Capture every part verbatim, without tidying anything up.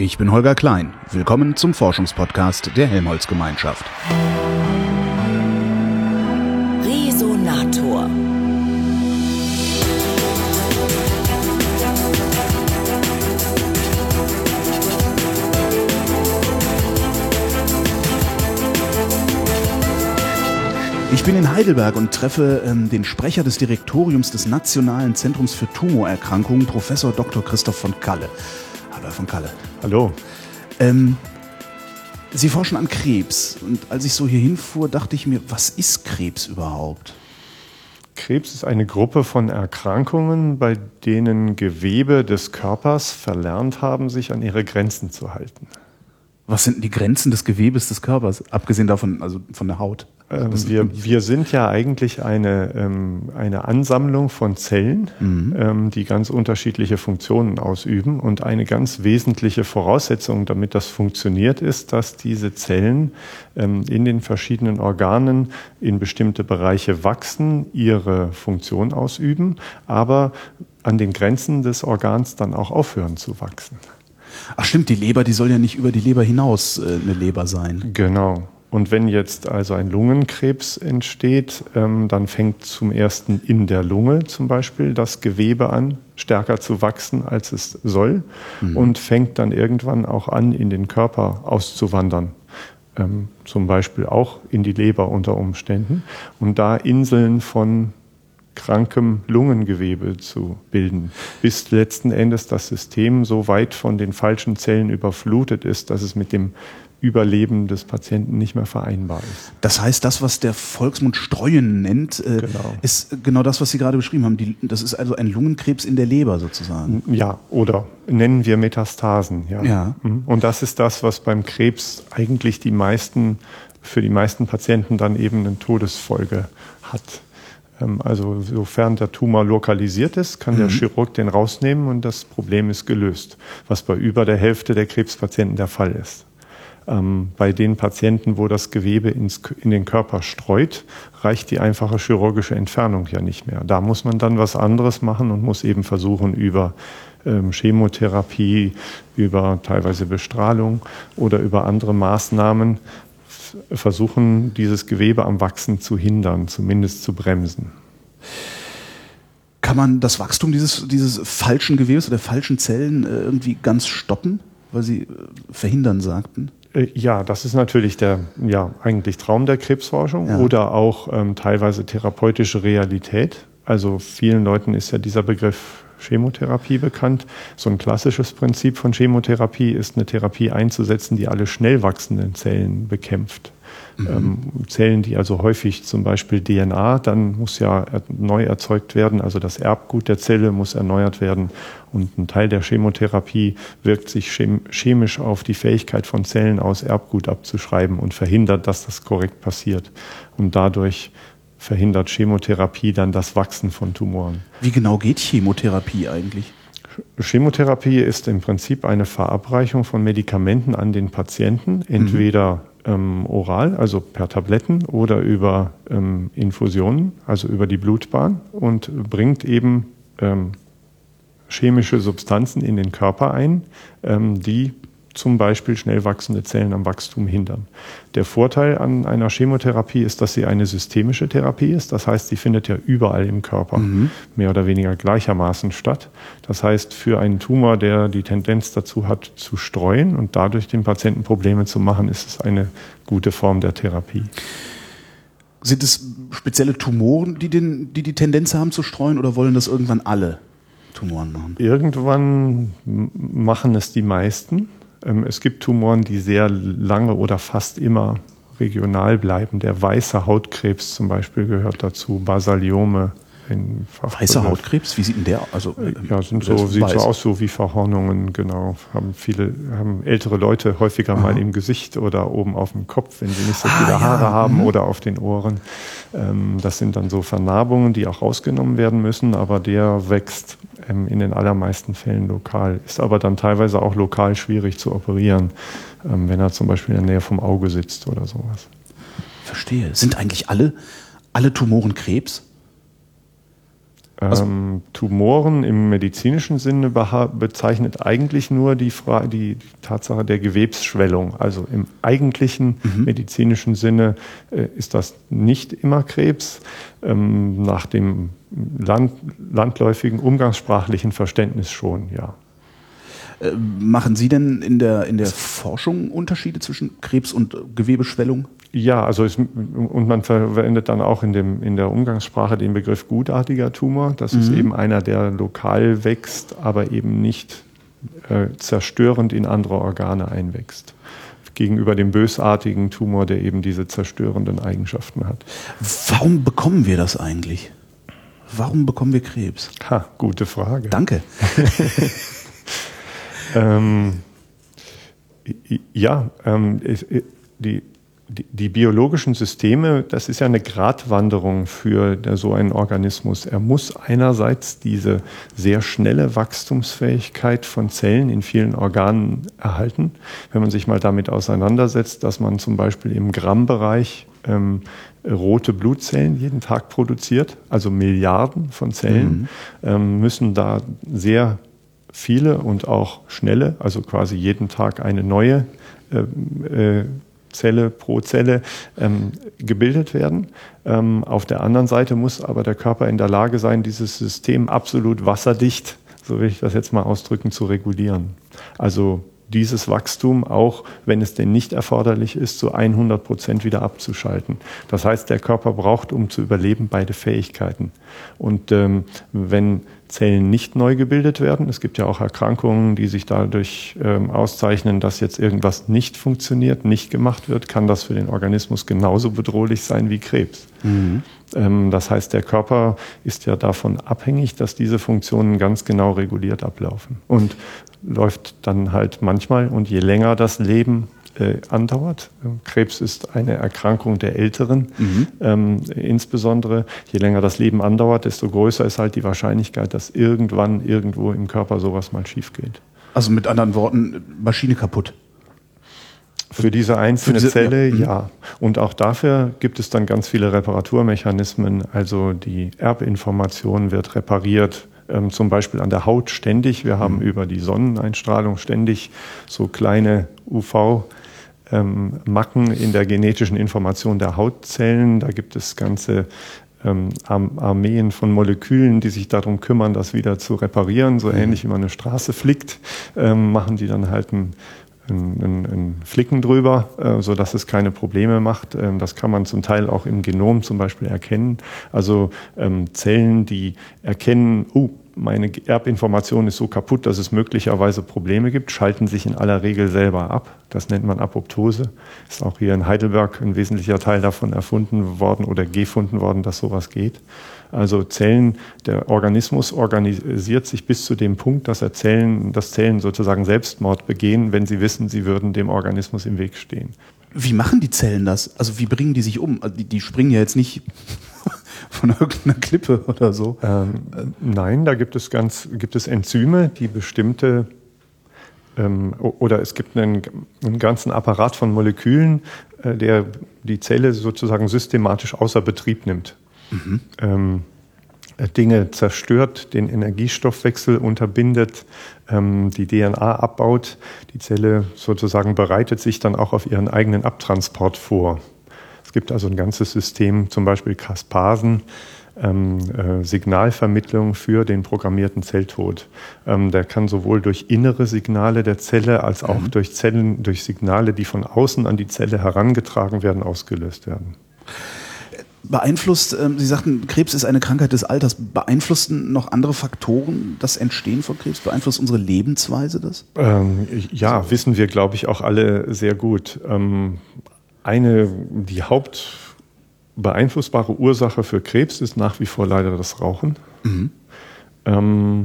Ich bin Holger Klein. Willkommen zum Forschungspodcast der Helmholtz-Gemeinschaft. Resonator. Ich bin in Heidelberg und treffe ähm, den Sprecher des Direktoriums des Nationalen Zentrums für Tumorerkrankungen, Professor Doktor Christoph von Kalle. Hallo, Herr von Kalle. Hallo. Ähm, Sie forschen an Krebs. Und als ich so hier hinfuhr, dachte ich mir, was ist Krebs überhaupt? Krebs ist eine Gruppe von Erkrankungen, bei denen Gewebe des Körpers verlernt haben, sich an ihre Grenzen zu halten. Was sind die Grenzen des Gewebes des Körpers, abgesehen davon, also von der Haut? Ähm, wir, wir sind ja eigentlich eine, ähm, eine Ansammlung von Zellen, mhm. ähm, die ganz unterschiedliche Funktionen ausüben. Und eine ganz wesentliche Voraussetzung, damit das funktioniert, ist, dass diese Zellen ähm, in den verschiedenen Organen in bestimmte Bereiche wachsen, ihre Funktion ausüben, aber an den Grenzen des Organs dann auch aufhören zu wachsen. Ach stimmt, die Leber, die soll ja nicht über die Leber hinaus äh, eine Leber sein. Genau. Und wenn jetzt also ein Lungenkrebs entsteht, ähm, dann fängt zum ersten in der Lunge zum Beispiel das Gewebe an, stärker zu wachsen, als es soll, mhm. und fängt dann irgendwann auch an, in den Körper auszuwandern. Ähm, zum Beispiel auch in die Leber unter Umständen. Und da Inseln von krankem Lungengewebe zu bilden, bis letzten Endes das System so weit von den falschen Zellen überflutet ist, dass es mit dem Überleben des Patienten nicht mehr vereinbar ist. Das heißt, das, was der Volksmund Streuen nennt, äh, genau. ist genau das, was Sie gerade beschrieben haben. Die, das ist also ein Lungenkrebs in der Leber sozusagen. Ja, oder nennen wir Metastasen. Ja. Ja. Und das ist das, was beim Krebs eigentlich die meisten, für die meisten Patienten dann eben eine Todesfolge hat. Also sofern der Tumor lokalisiert ist, kann mhm. der Chirurg den rausnehmen und das Problem ist gelöst, was bei über der Hälfte der Krebspatienten der Fall ist. Ähm, bei den Patienten, wo das Gewebe ins, in den Körper streut, reicht die einfache chirurgische Entfernung ja nicht mehr. Da muss man dann was anderes machen und muss eben versuchen, über ähm, Chemotherapie, über teilweise Bestrahlung oder über andere Maßnahmen f- versuchen, dieses Gewebe am Wachsen zu hindern, zumindest zu bremsen. Kann man das Wachstum dieses, dieses falschen Gewebes oder falschen Zellen äh, irgendwie ganz stoppen, weil Sie äh, verhindern sagten? Ja, das ist natürlich der ja eigentlich Traum der Krebsforschung, ja. Oder auch ähm, teilweise therapeutische Realität. Also vielen Leuten ist ja dieser Begriff Chemotherapie bekannt. So ein klassisches Prinzip von Chemotherapie ist, eine Therapie einzusetzen, die alle schnell wachsenden Zellen bekämpft. Mhm. Ähm, Zellen, die also häufig zum Beispiel D N A, dann muss ja er, neu erzeugt werden, also das Erbgut der Zelle muss erneuert werden. Und ein Teil der Chemotherapie wirkt sich chem- chemisch auf die Fähigkeit von Zellen aus, Erbgut abzuschreiben und verhindert, dass das korrekt passiert. Und dadurch verhindert Chemotherapie dann das Wachsen von Tumoren. Wie genau geht Chemotherapie eigentlich? Chemotherapie ist im Prinzip eine Verabreichung von Medikamenten an den Patienten, entweder mhm. ähm, oral, also per Tabletten, oder über ähm, Infusionen, also über die Blutbahn, und bringt eben ähm, chemische Substanzen in den Körper ein, ähm, die zum Beispiel schnell wachsende Zellen am Wachstum hindern. Der Vorteil an einer Chemotherapie ist, dass sie eine systemische Therapie ist. Das heißt, sie findet ja überall im Körper mhm. mehr oder weniger gleichermaßen statt. Das heißt, für einen Tumor, der die Tendenz dazu hat, zu streuen und dadurch den Patienten Probleme zu machen, ist es eine gute Form der Therapie. Sind es spezielle Tumoren, die den, die, die Tendenz haben zu streuen, oder wollen das irgendwann alle Tumoren machen? Irgendwann machen es die meisten. Es gibt Tumoren, die sehr lange oder fast immer regional bleiben. Der weiße Hautkrebs zum Beispiel gehört dazu, Basaliome. Weißer Hautkrebs? Wie sieht denn der aus? Also, ja, sind so, sieht so aus so wie Verhornungen, genau. Haben viele, haben ältere Leute häufiger Aha. mal im Gesicht oder oben auf dem Kopf, wenn sie nicht so viele ah, Haare ja. haben, mhm. oder auf den Ohren. Das sind dann so Vernarbungen, die auch rausgenommen werden müssen, aber der wächst in den allermeisten Fällen lokal. Ist aber dann teilweise auch lokal schwierig zu operieren, wenn er zum Beispiel in der Nähe vom Auge sitzt oder sowas. Verstehe. Sind eigentlich alle, alle Tumoren Krebs? Also, ähm, Tumoren im medizinischen Sinne bezeichnet eigentlich nur die, Fra- die, die Tatsache der Gewebsschwellung. Also im eigentlichen mhm. medizinischen Sinne äh, ist das nicht immer Krebs. Ähm, nach dem Land, landläufigen, umgangssprachlichen Verständnis schon, ja. Äh, machen Sie denn in der, in der Forschung Unterschiede zwischen Krebs und Gewebeschwellung? Ja, also es, und man verwendet dann auch in, dem, in der Umgangssprache den Begriff gutartiger Tumor. Das mhm. ist eben einer, der lokal wächst, aber eben nicht äh, zerstörend in andere Organe einwächst. Gegenüber dem bösartigen Tumor, der eben diese zerstörenden Eigenschaften hat. Warum bekommen wir das eigentlich? Warum bekommen wir Krebs? Ha, gute Frage. Danke. ähm, ja, ähm, die Die, die biologischen Systeme, das ist ja eine Gratwanderung für der, so einen Organismus. Er muss einerseits diese sehr schnelle Wachstumsfähigkeit von Zellen in vielen Organen erhalten. Wenn man sich mal damit auseinandersetzt, dass man zum Beispiel im Grammbereich ähm, rote Blutzellen jeden Tag produziert, also Milliarden von Zellen, mhm. ähm, müssen da sehr viele und auch schnelle, also quasi jeden Tag eine neue äh, äh, Zelle pro Zelle ähm, gebildet werden. Ähm, auf der anderen Seite muss aber der Körper in der Lage sein, dieses System absolut wasserdicht, so will ich das jetzt mal ausdrücken, zu regulieren. Also dieses Wachstum, auch wenn es denn nicht erforderlich ist, zu hundert Prozent wieder abzuschalten. Das heißt, der Körper braucht, um zu überleben, beide Fähigkeiten. Und ähm, wenn Zellen nicht neu gebildet werden, es gibt ja auch Erkrankungen, die sich dadurch ähm, auszeichnen, dass jetzt irgendwas nicht funktioniert, nicht gemacht wird, kann das für den Organismus genauso bedrohlich sein wie Krebs. Mhm. Ähm, das heißt, der Körper ist ja davon abhängig, dass diese Funktionen ganz genau reguliert ablaufen. Und läuft dann halt manchmal, und je länger das Leben äh, andauert, Krebs ist eine Erkrankung der Älteren, mhm. ähm, insbesondere, je länger das Leben andauert, desto größer ist halt die Wahrscheinlichkeit, dass irgendwann irgendwo im Körper sowas mal schief geht. Also mit anderen Worten, Maschine kaputt. Für diese einzelne Für diese, Zelle, ja. ja. Und auch dafür gibt es dann ganz viele Reparaturmechanismen. Also die Erbinformation wird repariert, ähm, zum Beispiel an der Haut ständig. Wir haben mhm. über die Sonneneinstrahlung ständig so kleine U V ähm, Macken in der genetischen Information der Hautzellen. Da gibt es ganze ähm, Armeen von Molekülen, die sich darum kümmern, das wieder zu reparieren. So mhm. ähnlich wie man eine Straße flickt, ähm, machen die dann halt ein Ein, ein Flicken drüber, äh, so dass es keine Probleme macht. Ähm, das kann man zum Teil auch im Genom zum Beispiel erkennen. Also ähm, Zellen, die erkennen, oh, meine Erbinformation ist so kaputt, dass es möglicherweise Probleme gibt, schalten sich in aller Regel selber ab. Das nennt man Apoptose. Ist auch hier in Heidelberg ein wesentlicher Teil davon erfunden worden oder gefunden worden, dass sowas geht. Also Zellen, der Organismus organisiert sich bis zu dem Punkt, dass er Zellen, dass Zellen sozusagen Selbstmord begehen, wenn sie wissen, sie würden dem Organismus im Weg stehen. Wie machen die Zellen das? Also wie bringen die sich um? Also die, die springen ja jetzt nicht von irgendeiner Klippe oder so. Ähm, nein, da gibt es ganz, gibt es Enzyme, die bestimmte ähm, oder es gibt einen, einen ganzen Apparat von Molekülen, äh, der die Zelle sozusagen systematisch außer Betrieb nimmt. Mhm. Ähm, Dinge zerstört, den Energiestoffwechsel unterbindet, ähm, die D N A abbaut. Die Zelle sozusagen bereitet sich dann auch auf ihren eigenen Abtransport vor. Es gibt also ein ganzes System, zum Beispiel Caspasen, ähm, äh, Signalvermittlung für den programmierten Zelltod. Ähm, der kann sowohl durch innere Signale der Zelle als auch mhm. durch Zellen, durch Signale, die von außen an die Zelle herangetragen werden, ausgelöst werden. Beeinflusst, ähm, Sie sagten, Krebs ist eine Krankheit des Alters. Beeinflussen noch andere Faktoren das Entstehen von Krebs? Beeinflusst unsere Lebensweise das? Ähm, ja, also, wissen wir, glaube ich, auch alle sehr gut. Ähm, eine, die hauptbeeinflussbare Ursache für Krebs ist nach wie vor leider das Rauchen. Mhm. Ähm,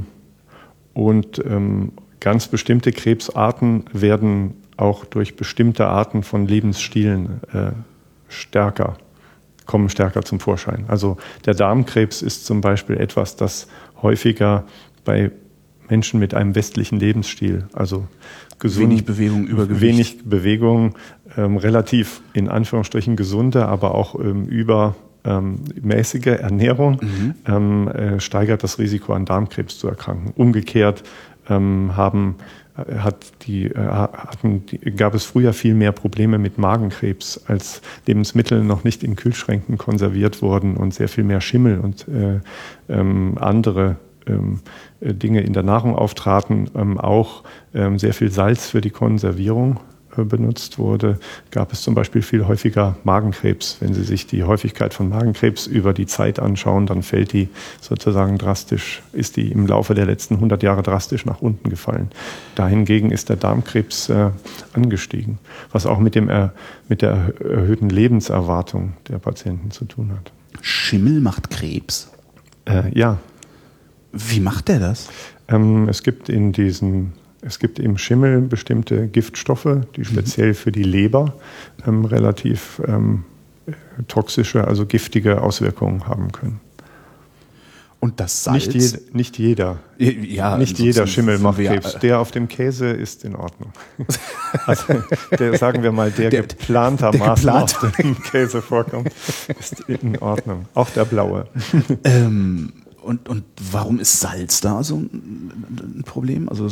und ähm, ganz bestimmte Krebsarten werden auch durch bestimmte Arten von Lebensstilen äh, stärker kommen stärker zum Vorschein. Also der Darmkrebs ist zum Beispiel etwas, das häufiger bei Menschen mit einem westlichen Lebensstil, also gesund, wenig Bewegung, Übergewicht, wenig Bewegung, ähm, relativ in Anführungsstrichen gesunde, aber auch ähm, über ähm, mäßige Ernährung mhm. ähm, äh, steigert das Risiko, an Darmkrebs zu erkranken. Umgekehrt ähm, haben Hat die, hatten, gab es früher viel mehr Probleme mit Magenkrebs, als Lebensmittel noch nicht in Kühlschränken konserviert wurden und sehr viel mehr Schimmel und äh, ähm, andere ähm, Dinge in der Nahrung auftraten. Ähm, auch ähm, sehr viel Salz für die Konservierung äh, benutzt wurde, gab es zum Beispiel viel häufiger Magenkrebs. Wenn Sie sich die Häufigkeit von Magenkrebs über die Zeit anschauen, dann fällt die sozusagen drastisch, ist die im Laufe der letzten hundert Jahre drastisch nach unten gefallen. Dahingegen ist der Darmkrebs äh, angestiegen, was auch mit, dem, äh, mit der erhöhten Lebenserwartung der Patienten zu tun hat. Schimmel macht Krebs? Äh, ja. Wie macht der das? Ähm, es gibt in diesen Es gibt im Schimmel bestimmte Giftstoffe, die speziell für die Leber ähm, relativ ähm, toxische, also giftige Auswirkungen haben können. Und das Salz? Nicht, je, nicht jeder. Ja, nicht jeder Schimmel macht Krebs. Der auf dem Käse ist in Ordnung. Also der, sagen wir mal, der, der geplantermaßen der geplant. auf dem Käse vorkommt, ist in Ordnung. Auch der blaue. ähm, und, und warum ist Salz da so ein Problem? Also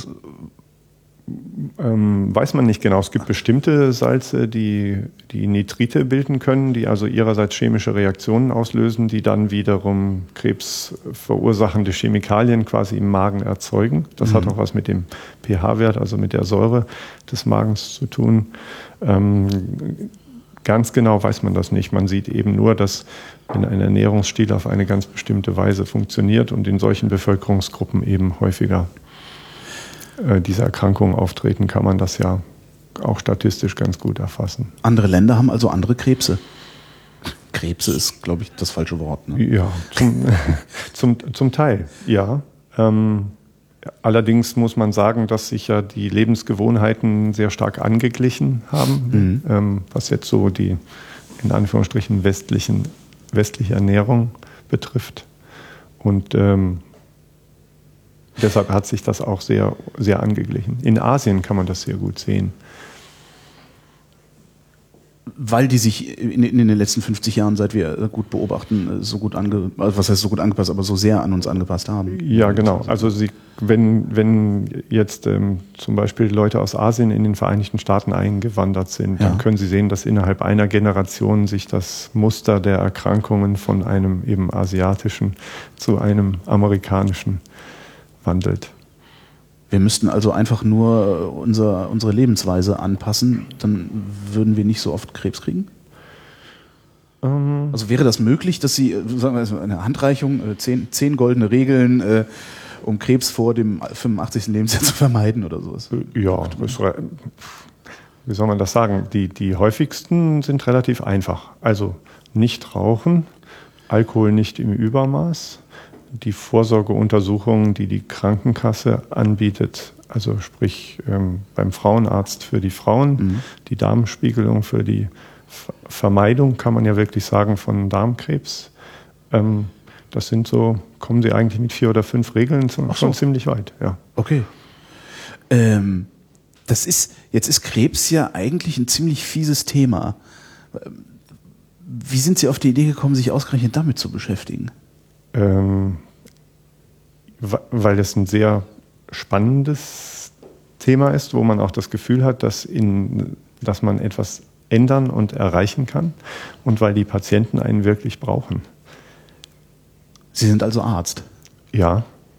Ähm, weiß man nicht genau. Es gibt bestimmte Salze, die, die Nitrite bilden können, die also ihrerseits chemische Reaktionen auslösen, die dann wiederum krebsverursachende Chemikalien quasi im Magen erzeugen. Das mhm. hat auch was mit dem pH-Wert, also mit der Säure des Magens zu tun. Ähm, ganz genau weiß man das nicht. Man sieht eben nur, dass wenn ein Ernährungsstil auf eine ganz bestimmte Weise funktioniert und in solchen Bevölkerungsgruppen eben häufiger diese Erkrankungen auftreten, kann man das ja auch statistisch ganz gut erfassen. Andere Länder haben also andere Krebse. Krebse ist, glaube ich, das falsche Wort. Ne? Ja, zum, zum, zum Teil, ja. Ähm, allerdings muss man sagen, dass sich ja die Lebensgewohnheiten sehr stark angeglichen haben, mhm. ähm, was jetzt so die, in Anführungsstrichen, westlichen, westliche Ernährung betrifft. Und ähm, deshalb hat sich das auch sehr, sehr angeglichen. In Asien kann man das sehr gut sehen. Weil die sich in, in den letzten fünfzig Jahren, seit wir gut beobachten, so gut ange, also was heißt so gut angepasst, aber so sehr an uns angepasst haben. Ja, genau. Also sie, wenn, wenn jetzt ähm, zum Beispiel Leute aus Asien in den Vereinigten Staaten eingewandert sind, ja. dann können Sie sehen, dass innerhalb einer Generation sich das Muster der Erkrankungen von einem eben asiatischen zu einem amerikanischen wandelt. Wir müssten also einfach nur unser, unsere Lebensweise anpassen, dann würden wir nicht so oft Krebs kriegen? Ähm also wäre das möglich, dass Sie, sagen wir mal, eine Handreichung, zehn, zehn goldene Regeln, äh, um Krebs vor dem fünfundachtzigsten Lebensjahr zu vermeiden oder sowas? Ja, das, wie soll man das sagen? Die, die häufigsten sind relativ einfach. Also nicht rauchen, Alkohol nicht im Übermaß, die Vorsorgeuntersuchungen, die die Krankenkasse anbietet, also sprich ähm, beim Frauenarzt für die Frauen, mhm. die Darmspiegelung für die F- Vermeidung, kann man ja wirklich sagen, von Darmkrebs. Ähm, das sind so, kommen Sie eigentlich mit vier oder fünf Regeln schon, so. schon ziemlich weit. Ja. Okay. Ähm, das ist, jetzt ist Krebs ja eigentlich ein ziemlich fieses Thema. Wie sind Sie auf die Idee gekommen, sich ausgerechnet damit zu beschäftigen? Ähm, weil es ein sehr spannendes Thema ist, wo man auch das Gefühl hat, dass, in, dass man etwas ändern und erreichen kann und weil die Patienten einen wirklich brauchen. Sie sind also Arzt? Ja.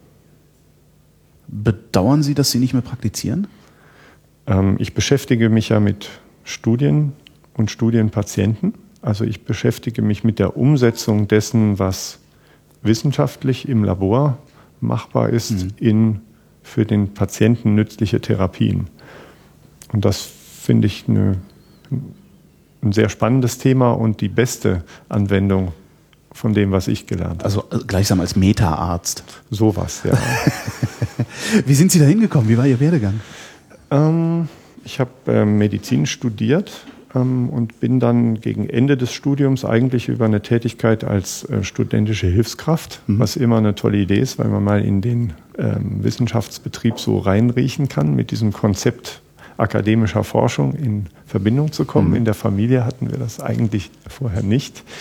Bedauern Sie, dass Sie nicht mehr praktizieren? Ähm, ich beschäftige mich ja mit Studien und Studienpatienten. Also ich beschäftige mich mit der Umsetzung dessen, was wissenschaftlich im Labor machbar ist, mhm. in für den Patienten nützliche Therapien. Und das finde ich eine, ein sehr spannendes Thema und die beste Anwendung von dem, was ich gelernt habe. Also gleichsam als Meta-Arzt. Sowas, ja. Wie sind Sie da hingekommen? Wie war Ihr Werdegang? Ähm, ich habe äh, Medizin studiert ähm, und bin dann gegen Ende des Studiums eigentlich über eine Tätigkeit als äh, studentische Hilfskraft, mhm. was immer eine tolle Idee ist, weil man mal in den ähm, Wissenschaftsbetrieb so reinriechen kann, mit diesem Konzept akademischer Forschung in Verbindung zu kommen. Mhm. In der Familie hatten wir das eigentlich vorher nicht.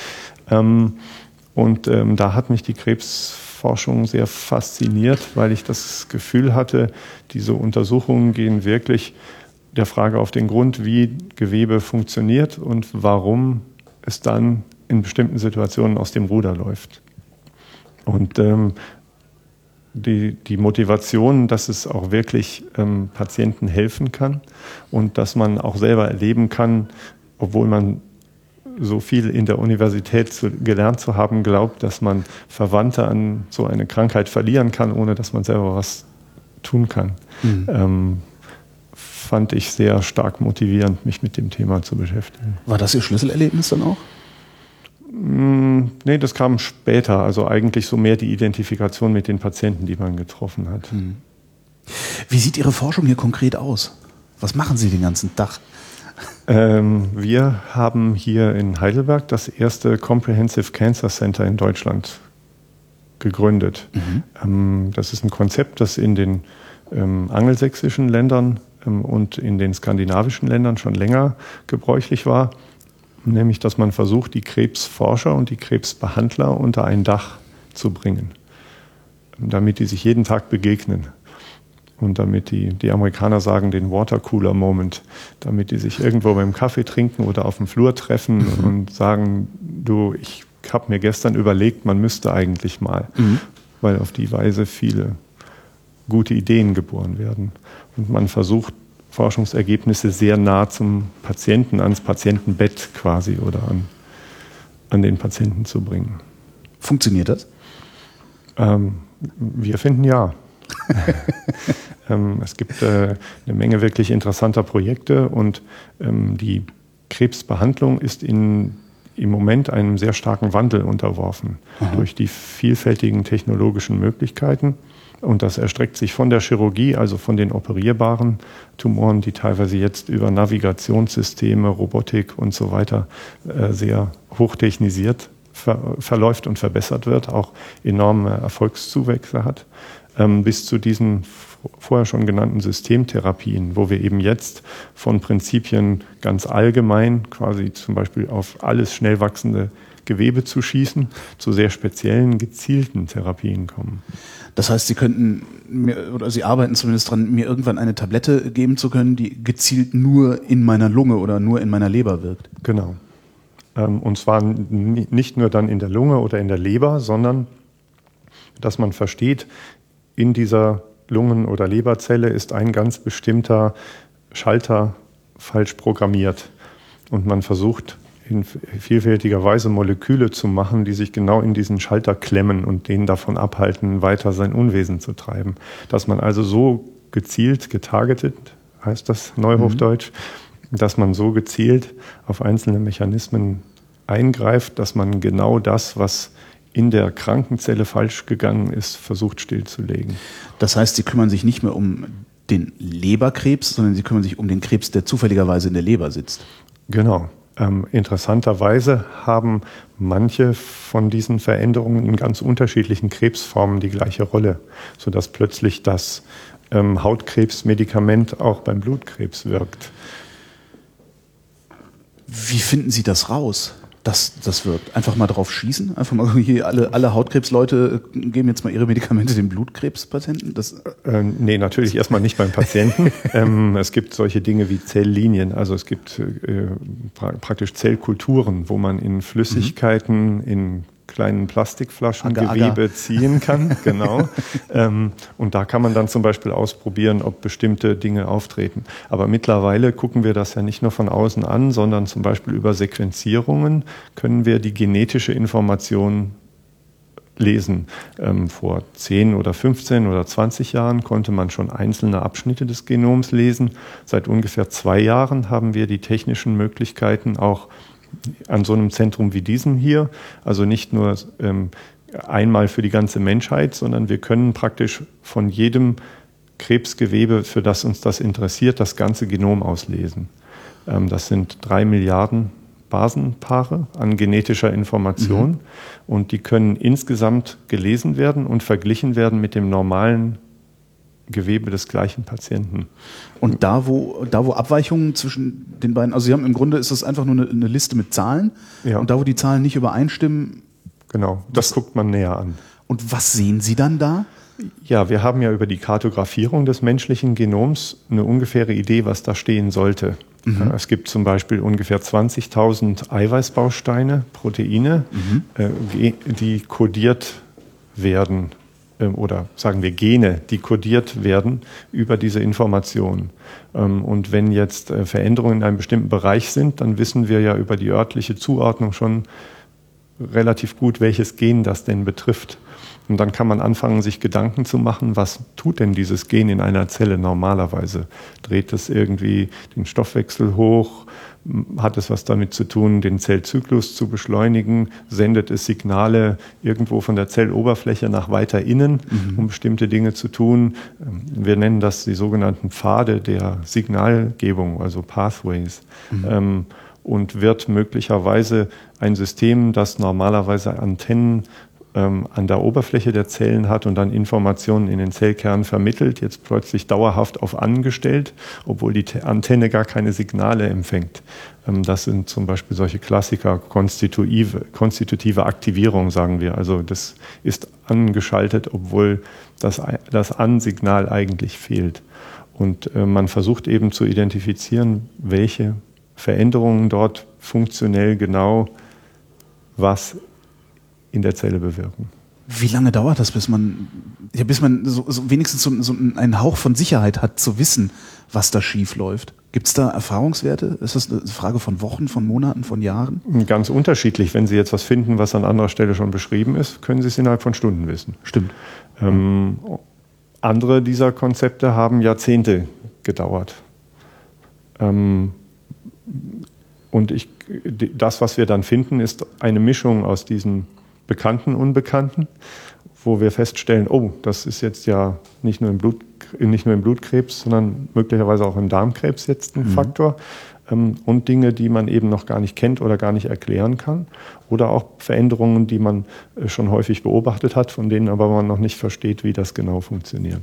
Ähm, und ähm, da hat mich die Krebsforschung sehr fasziniert, weil ich das Gefühl hatte, diese Untersuchungen gehen wirklich der Frage auf den Grund, wie Gewebe funktioniert und warum es dann in bestimmten Situationen aus dem Ruder läuft. Und ähm, die, die Motivation, dass es auch wirklich ähm, Patienten helfen kann und dass man auch selber erleben kann, obwohl man so viel in der Universität zu, gelernt zu haben glaubt, dass man Verwandte an so eine Krankheit verlieren kann, ohne dass man selber was tun kann. Mhm. Ähm, fand ich sehr stark motivierend, mich mit dem Thema zu beschäftigen. War das Ihr Schlüsselerlebnis dann auch? Mm, nee, das kam später. Also eigentlich so mehr die Identifikation mit den Patienten, die man getroffen hat. Hm. Wie sieht Ihre Forschung hier konkret aus? Was machen Sie den ganzen Tag? Ähm, wir haben hier in Heidelberg das erste Comprehensive Cancer Center in Deutschland gegründet. Mhm. Ähm, das ist ein Konzept, das in den ähm, angelsächsischen Ländern ähm, und in den skandinavischen Ländern schon länger gebräuchlich war. Nämlich, dass man versucht, die Krebsforscher und die Krebsbehandler unter ein Dach zu bringen, damit die sich jeden Tag begegnen und damit die, die Amerikaner sagen, den Watercooler-Moment, damit die sich irgendwo beim Kaffee trinken oder auf dem Flur treffen mhm. und sagen, du, ich habe mir gestern überlegt, man müsste eigentlich mal, mhm. weil auf die Weise viele gute Ideen geboren werden. Und man versucht, Forschungsergebnisse sehr nah zum Patienten, ans Patientenbett quasi oder an, an den Patienten zu bringen. Funktioniert das? Ähm, wir finden ja. ähm, es gibt äh, eine Menge wirklich interessanter Projekte und ähm, die Krebsbehandlung ist in, im Moment einem sehr starken Wandel unterworfen. Aha. Durch die vielfältigen technologischen Möglichkeiten. Und das erstreckt sich von der Chirurgie, also von den operierbaren Tumoren, die teilweise jetzt über Navigationssysteme, Robotik und so weiter äh, sehr hochtechnisiert ver- verläuft und verbessert wird, auch enorme Erfolgszuwächse hat, ähm, bis zu diesen f- vorher schon genannten Systemtherapien, wo wir eben jetzt von Prinzipien ganz allgemein, quasi zum Beispiel auf alles schnell wachsende Gewebe zu schießen, zu sehr speziellen, gezielten Therapien kommen. Das heißt, Sie könnten mir, oder Sie arbeiten zumindest dran, mir irgendwann eine Tablette geben zu können, die gezielt nur in meiner Lunge oder nur in meiner Leber wirkt. Genau. Und zwar nicht nur dann in der Lunge oder in der Leber, sondern dass man versteht, in dieser Lungen- oder Leberzelle ist ein ganz bestimmter Schalter falsch programmiert. Und man versucht, in vielfältiger Weise Moleküle zu machen, die sich genau in diesen Schalter klemmen und den davon abhalten, weiter sein Unwesen zu treiben. Dass man also so gezielt, getargetet, heißt das Neuhochdeutsch, mhm. dass man so gezielt auf einzelne Mechanismen eingreift, dass man genau das, was in der Krankenzelle falsch gegangen ist, versucht stillzulegen. Das heißt, Sie kümmern sich nicht mehr um den Leberkrebs, sondern Sie kümmern sich um den Krebs, der zufälligerweise in der Leber sitzt. Genau. Ähm, interessanterweise haben manche von diesen Veränderungen in ganz unterschiedlichen Krebsformen die gleiche Rolle, sodass plötzlich das ähm, Hautkrebsmedikament auch beim Blutkrebs wirkt. Wie finden Sie das raus, dass das wirkt? Einfach mal drauf schießen? Einfach mal hier alle, alle Hautkrebsleute geben jetzt mal ihre Medikamente den Blutkrebspatienten? Das äh, nee, natürlich erstmal nicht beim Patienten. ähm, es gibt solche Dinge wie Zelllinien. Also es gibt äh, pra- praktisch Zellkulturen, wo man in Flüssigkeiten, mhm. in kleinen Plastikflaschen Agar, Gewebe Agar. ziehen kann. Genau. ähm, und da kann man dann zum Beispiel ausprobieren, ob bestimmte Dinge auftreten. Aber mittlerweile gucken wir das ja nicht nur von außen an, sondern zum Beispiel über Sequenzierungen können wir die genetische Information lesen. Ähm, vor zehn oder fünfzehn oder zwanzig Jahren konnte man schon einzelne Abschnitte des Genoms lesen. Seit ungefähr zwei Jahren haben wir die technischen Möglichkeiten, auch an so einem Zentrum wie diesem hier, also nicht nur ähm, einmal für die ganze Menschheit, sondern wir können praktisch von jedem Krebsgewebe, für das uns das interessiert, das ganze Genom auslesen. Ähm, das sind drei Milliarden Basenpaare an genetischer Information mhm. und die können insgesamt gelesen werden und verglichen werden mit dem normalen Gewebe des gleichen Patienten. Und da wo, da, wo Abweichungen zwischen den beiden, also Sie haben im Grunde ist das einfach nur eine, eine Liste mit Zahlen, ja. Und da, wo die Zahlen nicht übereinstimmen. Genau, das was, guckt man näher an. Und was sehen Sie dann da? Ja, wir haben ja über die Kartografierung des menschlichen Genoms eine ungefähre Idee, was da stehen sollte. Mhm. Es gibt zum Beispiel ungefähr zwanzigtausend Eiweißbausteine, Proteine, mhm. die kodiert werden, oder sagen wir Gene, die kodiert werden über diese Information. Und wenn jetzt Veränderungen in einem bestimmten Bereich sind, dann wissen wir ja über die örtliche Zuordnung schon relativ gut, welches Gen das denn betrifft. Und dann kann man anfangen, sich Gedanken zu machen, was tut denn dieses Gen in einer Zelle normalerweise? Dreht es irgendwie den Stoffwechsel hoch? Hat es was damit zu tun, den Zellzyklus zu beschleunigen? Sendet es Signale irgendwo von der Zelloberfläche nach weiter innen, mhm. um bestimmte Dinge zu tun? Wir nennen das die sogenannten Pfade der Signalgebung, also Pathways. Mhm. Ähm, und wird möglicherweise ein System, das normalerweise Antennen an der Oberfläche der Zellen hat und dann Informationen in den Zellkern vermittelt, jetzt plötzlich dauerhaft auf angestellt, obwohl die Antenne gar keine Signale empfängt. Das sind zum Beispiel solche Klassiker, konstitutive, konstitutive Aktivierung, sagen wir. Also das ist angeschaltet, obwohl das, das An-Signal eigentlich fehlt. Und man versucht eben zu identifizieren, welche Veränderungen dort funktionell genau was in der Zelle bewirken. Wie lange dauert das, bis man, ja, bis man so, so wenigstens so, so einen Hauch von Sicherheit hat, zu wissen, was da schief läuft? Gibt es da Erfahrungswerte? Ist das eine Frage von Wochen, von Monaten, von Jahren? Ganz unterschiedlich. Wenn Sie jetzt was finden, was an anderer Stelle schon beschrieben ist, können Sie es innerhalb von Stunden wissen. Stimmt. Ähm, andere dieser Konzepte haben Jahrzehnte gedauert. Ähm, und ich, das, was wir dann finden, ist eine Mischung aus diesen Bekannten, Unbekannten, wo wir feststellen, oh, das ist jetzt ja nicht nur im Blut, nicht nur im Blutkrebs, sondern möglicherweise auch im Darmkrebs jetzt ein mhm. Faktor. Ähm, und Dinge, die man eben noch gar nicht kennt oder gar nicht erklären kann. Oder auch Veränderungen, die man äh, schon häufig beobachtet hat, von denen aber man noch nicht versteht, wie das genau funktioniert.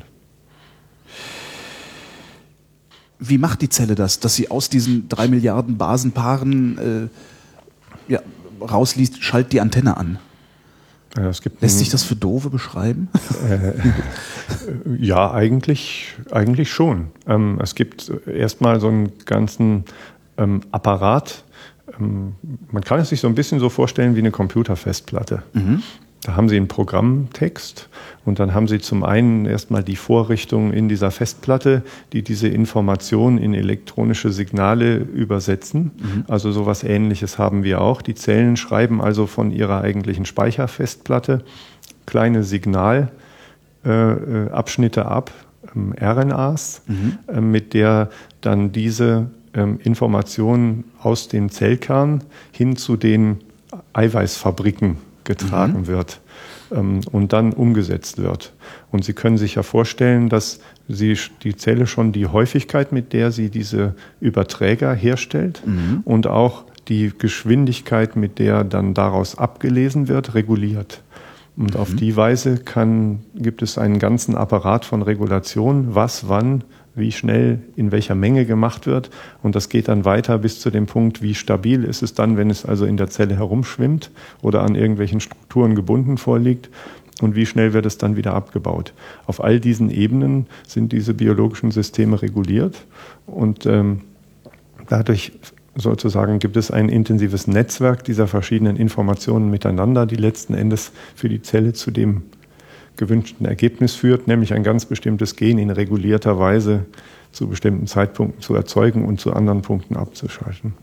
Wie macht die Zelle das, dass sie aus diesen drei Milliarden Basenpaaren äh, ja, rausliest, schalt die Antenne an? Ja, es gibt Lässt sich das für Doofe beschreiben? Äh, ja, eigentlich, eigentlich schon. Ähm, es gibt erstmal so einen ganzen ähm, Apparat. Ähm, man kann es sich so ein bisschen so vorstellen wie eine Computerfestplatte. Mhm. Da haben Sie einen Programmtext und dann haben Sie zum einen erstmal die Vorrichtungen in dieser Festplatte, die diese Informationen in elektronische Signale übersetzen. Mhm. Also sowas Ähnliches haben wir auch. Die Zellen schreiben also von ihrer eigentlichen Speicherfestplatte kleine Signalabschnitte äh, ab, ähm, R N As, mhm. äh, mit der dann diese ähm, Informationen aus dem Zellkern hin zu den Eiweißfabriken getragen mhm. wird ähm, und dann umgesetzt wird. Und Sie können sich ja vorstellen, dass Sie die Zelle schon die Häufigkeit, mit der sie diese Überträger herstellt mhm. und auch die Geschwindigkeit, mit der dann daraus abgelesen wird, reguliert. Und mhm. auf die Weise kann, gibt es einen ganzen Apparat von Regulation, was, wann, wie schnell, in welcher Menge gemacht wird. Und das geht dann weiter bis zu dem Punkt, wie stabil ist es dann, wenn es also in der Zelle herumschwimmt oder an irgendwelchen Strukturen gebunden vorliegt. Und wie schnell wird es dann wieder abgebaut. Auf all diesen Ebenen sind diese biologischen Systeme reguliert. Und ähm, dadurch sozusagen gibt es ein intensives Netzwerk dieser verschiedenen Informationen miteinander, die letzten Endes für die Zelle zu dem gewünschten Ergebnis führt, nämlich ein ganz bestimmtes Gen in regulierter Weise zu bestimmten Zeitpunkten zu erzeugen und zu anderen Punkten abzuschalten.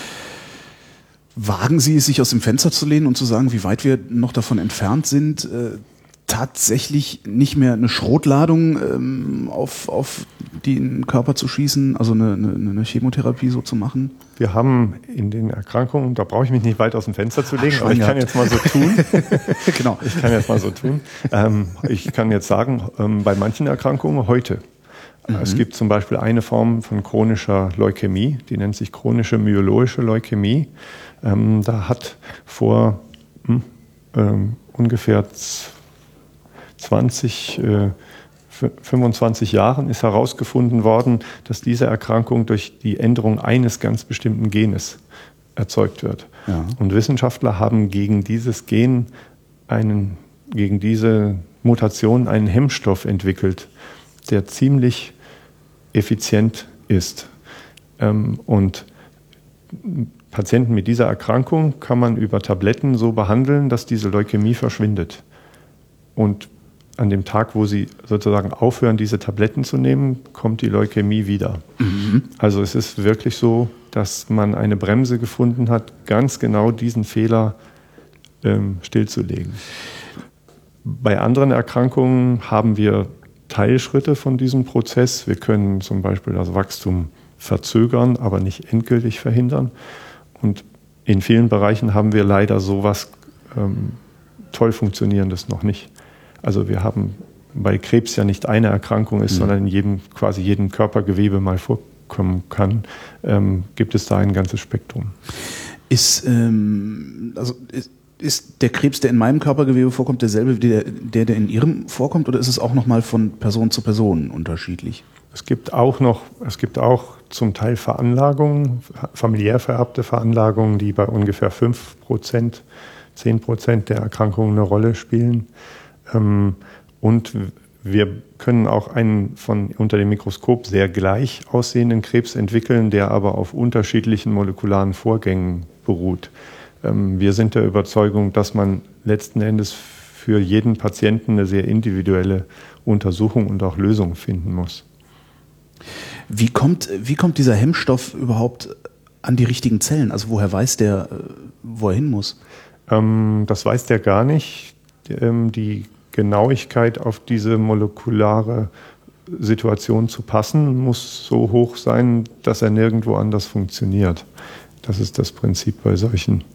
Wagen Sie es, sich aus dem Fenster zu lehnen und zu sagen, wie weit wir noch davon entfernt sind, äh, tatsächlich nicht mehr eine Schrotladung ähm, auf, auf den Körper zu schießen, also eine, eine, eine Chemotherapie so zu machen? Wir haben in den Erkrankungen, da brauche ich mich nicht weit aus dem Fenster zu legen, Ach, aber ich kann jetzt mal so tun. Genau. Ich kann jetzt mal so tun. Ähm, ich kann jetzt sagen, ähm, bei manchen Erkrankungen heute. Mhm. Es gibt zum Beispiel eine Form von chronischer Leukämie, die nennt sich chronische myeloische Leukämie. Ähm, da hat vor hm, ähm, ungefähr zwanzig, fünfundzwanzig Jahren ist herausgefunden worden, dass diese Erkrankung durch die Änderung eines ganz bestimmten Genes erzeugt wird. Ja. Und Wissenschaftler haben gegen dieses Gen einen, gegen diese Mutation einen Hemmstoff entwickelt, der ziemlich effizient ist. Und Patienten mit dieser Erkrankung kann man über Tabletten so behandeln, dass diese Leukämie verschwindet. Und an dem Tag, wo sie sozusagen aufhören, diese Tabletten zu nehmen, kommt die Leukämie wieder. Mhm. Also es ist wirklich so, dass man eine Bremse gefunden hat, ganz genau diesen Fehler ähm, stillzulegen. Bei anderen Erkrankungen haben wir Teilschritte von diesem Prozess. Wir können zum Beispiel das Wachstum verzögern, aber nicht endgültig verhindern. Und in vielen Bereichen haben wir leider sowas ähm, toll Funktionierendes noch nicht. Also wir haben, weil Krebs ja nicht eine Erkrankung ist, mhm. sondern in jedem, quasi jedem Körpergewebe mal vorkommen kann, ähm, gibt es da ein ganzes Spektrum. Ist, ähm, also ist, ist der Krebs, der in meinem Körpergewebe vorkommt, derselbe wie der, der, der in Ihrem vorkommt, oder ist es auch nochmal von Person zu Person unterschiedlich? Es gibt auch noch, es gibt auch zum Teil Veranlagungen, familiär vererbte Veranlagungen, die bei ungefähr fünf Prozent, zehn Prozent der Erkrankungen eine Rolle spielen. Und wir können auch einen von unter dem Mikroskop sehr gleich aussehenden Krebs entwickeln, der aber auf unterschiedlichen molekularen Vorgängen beruht. Wir sind der Überzeugung, dass man letzten Endes für jeden Patienten eine sehr individuelle Untersuchung und auch Lösung finden muss. Wie kommt, wie kommt dieser Hemmstoff überhaupt an die richtigen Zellen? Also woher weiß der, wo er hin muss? Das weiß der gar nicht. Die Genauigkeit auf diese molekulare Situation zu passen, muss so hoch sein, dass er nirgendwo anders funktioniert. Das ist das Prinzip bei solchen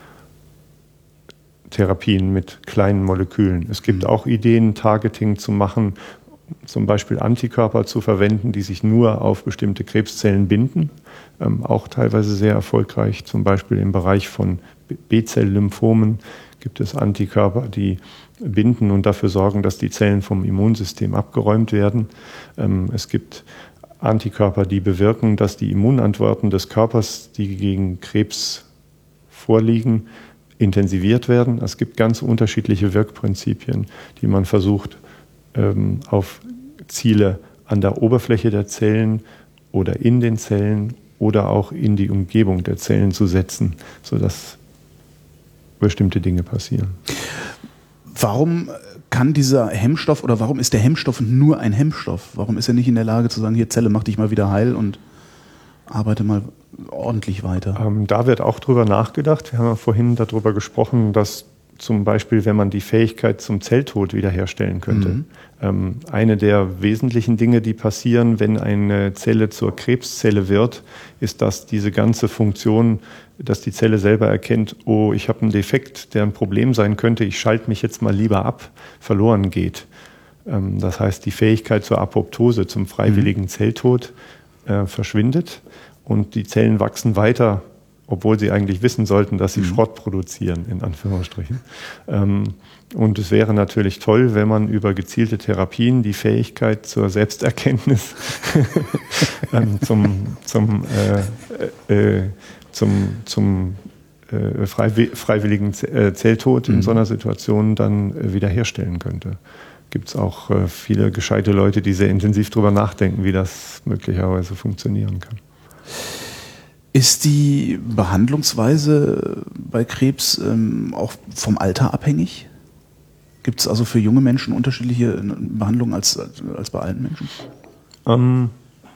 Therapien mit kleinen Molekülen. Es gibt auch Ideen, Targeting zu machen, zum Beispiel Antikörper zu verwenden, die sich nur auf bestimmte Krebszellen binden. Ähm, auch teilweise sehr erfolgreich, zum Beispiel im Bereich von B-Zell-Lymphomen gibt es Antikörper, die binden und dafür sorgen, dass die Zellen vom Immunsystem abgeräumt werden. Ähm, es gibt Antikörper, die bewirken, dass die Immunantworten des Körpers, die gegen Krebs vorliegen, intensiviert werden. Es gibt ganz unterschiedliche Wirkprinzipien, die man versucht, ähm, auf Ziele an der Oberfläche der Zellen oder in den Zellen oder auch in die Umgebung der Zellen zu setzen, sodass bestimmte Dinge passieren. Warum kann dieser Hemmstoff oder warum ist der Hemmstoff nur ein Hemmstoff? Warum ist er nicht in der Lage zu sagen, hier Zelle, mach dich mal wieder heil und arbeite mal ordentlich weiter? Ähm, da wird auch drüber nachgedacht. Wir haben ja vorhin darüber gesprochen, dass zum Beispiel, wenn man die Fähigkeit zum Zelltod wiederherstellen könnte. Mhm. Ähm, eine der wesentlichen Dinge, die passieren, wenn eine Zelle zur Krebszelle wird, ist, dass diese ganze Funktion, dass die Zelle selber erkennt, oh, ich habe einen Defekt, der ein Problem sein könnte, ich schalte mich jetzt mal lieber ab, verloren geht. Ähm, das heißt, die Fähigkeit zur Apoptose, zum freiwilligen mhm. Zelltod äh, verschwindet und die Zellen wachsen weiter, obwohl sie eigentlich wissen sollten, dass sie mhm. Schrott produzieren, in Anführungsstrichen. Ähm, und es wäre natürlich toll, wenn man über gezielte Therapien die Fähigkeit zur Selbsterkenntnis ähm, zum, zum, äh, äh, zum, zum äh, freiw- freiwilligen Zelltod mhm. in so einer Situation dann äh, wiederherstellen könnte. Gibt es auch äh, viele gescheite Leute, die sehr intensiv darüber nachdenken, wie das möglicherweise funktionieren kann. Ist die Behandlungsweise bei Krebs ähm, auch vom Alter abhängig? Gibt es also für junge Menschen unterschiedliche Behandlungen als, als bei alten Menschen? Ähm,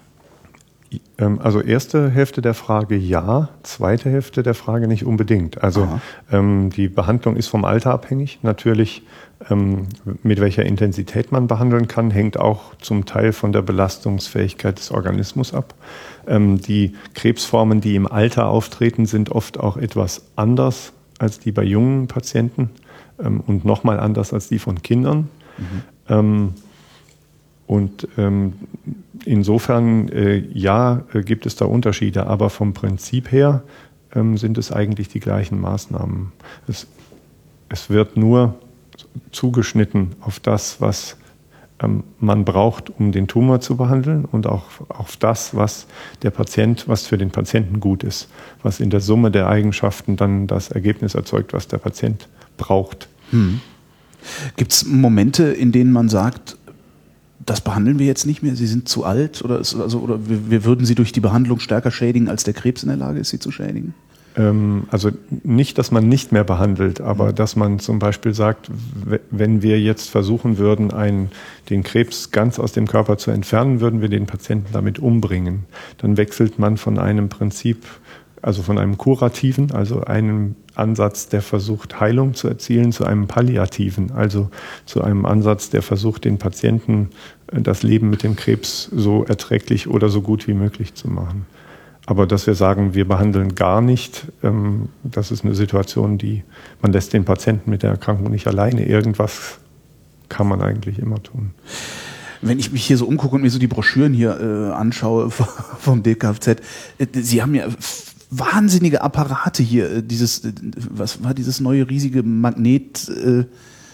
ähm, also erste Hälfte der Frage ja, zweite Hälfte der Frage nicht unbedingt. Also ähm, die Behandlung ist vom Alter abhängig. Natürlich, ähm, mit welcher Intensität man behandeln kann, hängt auch zum Teil von der Belastungsfähigkeit des Organismus ab. Ähm, die Krebsformen, die im Alter auftreten, sind oft auch etwas anders als die bei jungen Patienten ähm, und nochmal anders als die von Kindern. Mhm. Ähm, und ähm, insofern, äh, ja, äh, gibt es da Unterschiede, aber vom Prinzip her ähm, sind es eigentlich die gleichen Maßnahmen. Es, es wird nur zugeschnitten auf das, was ähm, man braucht, um den Tumor zu behandeln und auch auf das, was der Patient, was für den Patienten gut ist, was in der Summe der Eigenschaften dann das Ergebnis erzeugt, was der Patient braucht. Hm. Gibt es Momente, in denen man sagt, das behandeln wir jetzt nicht mehr, Sie sind zu alt oder, ist, also, oder wir, wir würden Sie durch die Behandlung stärker schädigen, als der Krebs in der Lage ist, Sie zu schädigen? Ähm, also nicht, dass man nicht mehr behandelt, aber mhm. dass man zum Beispiel sagt, w- wenn wir jetzt versuchen würden, einen, den Krebs ganz aus dem Körper zu entfernen, würden wir den Patienten damit umbringen. Dann wechselt man von einem Prinzip, also von einem kurativen, also einem Ansatz, der versucht, Heilung zu erzielen, zu einem palliativen, also zu einem Ansatz, der versucht, den Patienten das Leben mit dem Krebs so erträglich oder so gut wie möglich zu machen. Aber dass wir sagen, wir behandeln gar nicht, ähm, das ist eine Situation, die, man lässt den Patienten mit der Erkrankung nicht alleine. Irgendwas kann man eigentlich immer tun. Wenn ich mich hier so umgucke und mir so die Broschüren hier äh, anschaue vom D K F Z, äh, Sie haben ja wahnsinnige Apparate hier, dieses, was war dieses neue riesige Magnet, äh,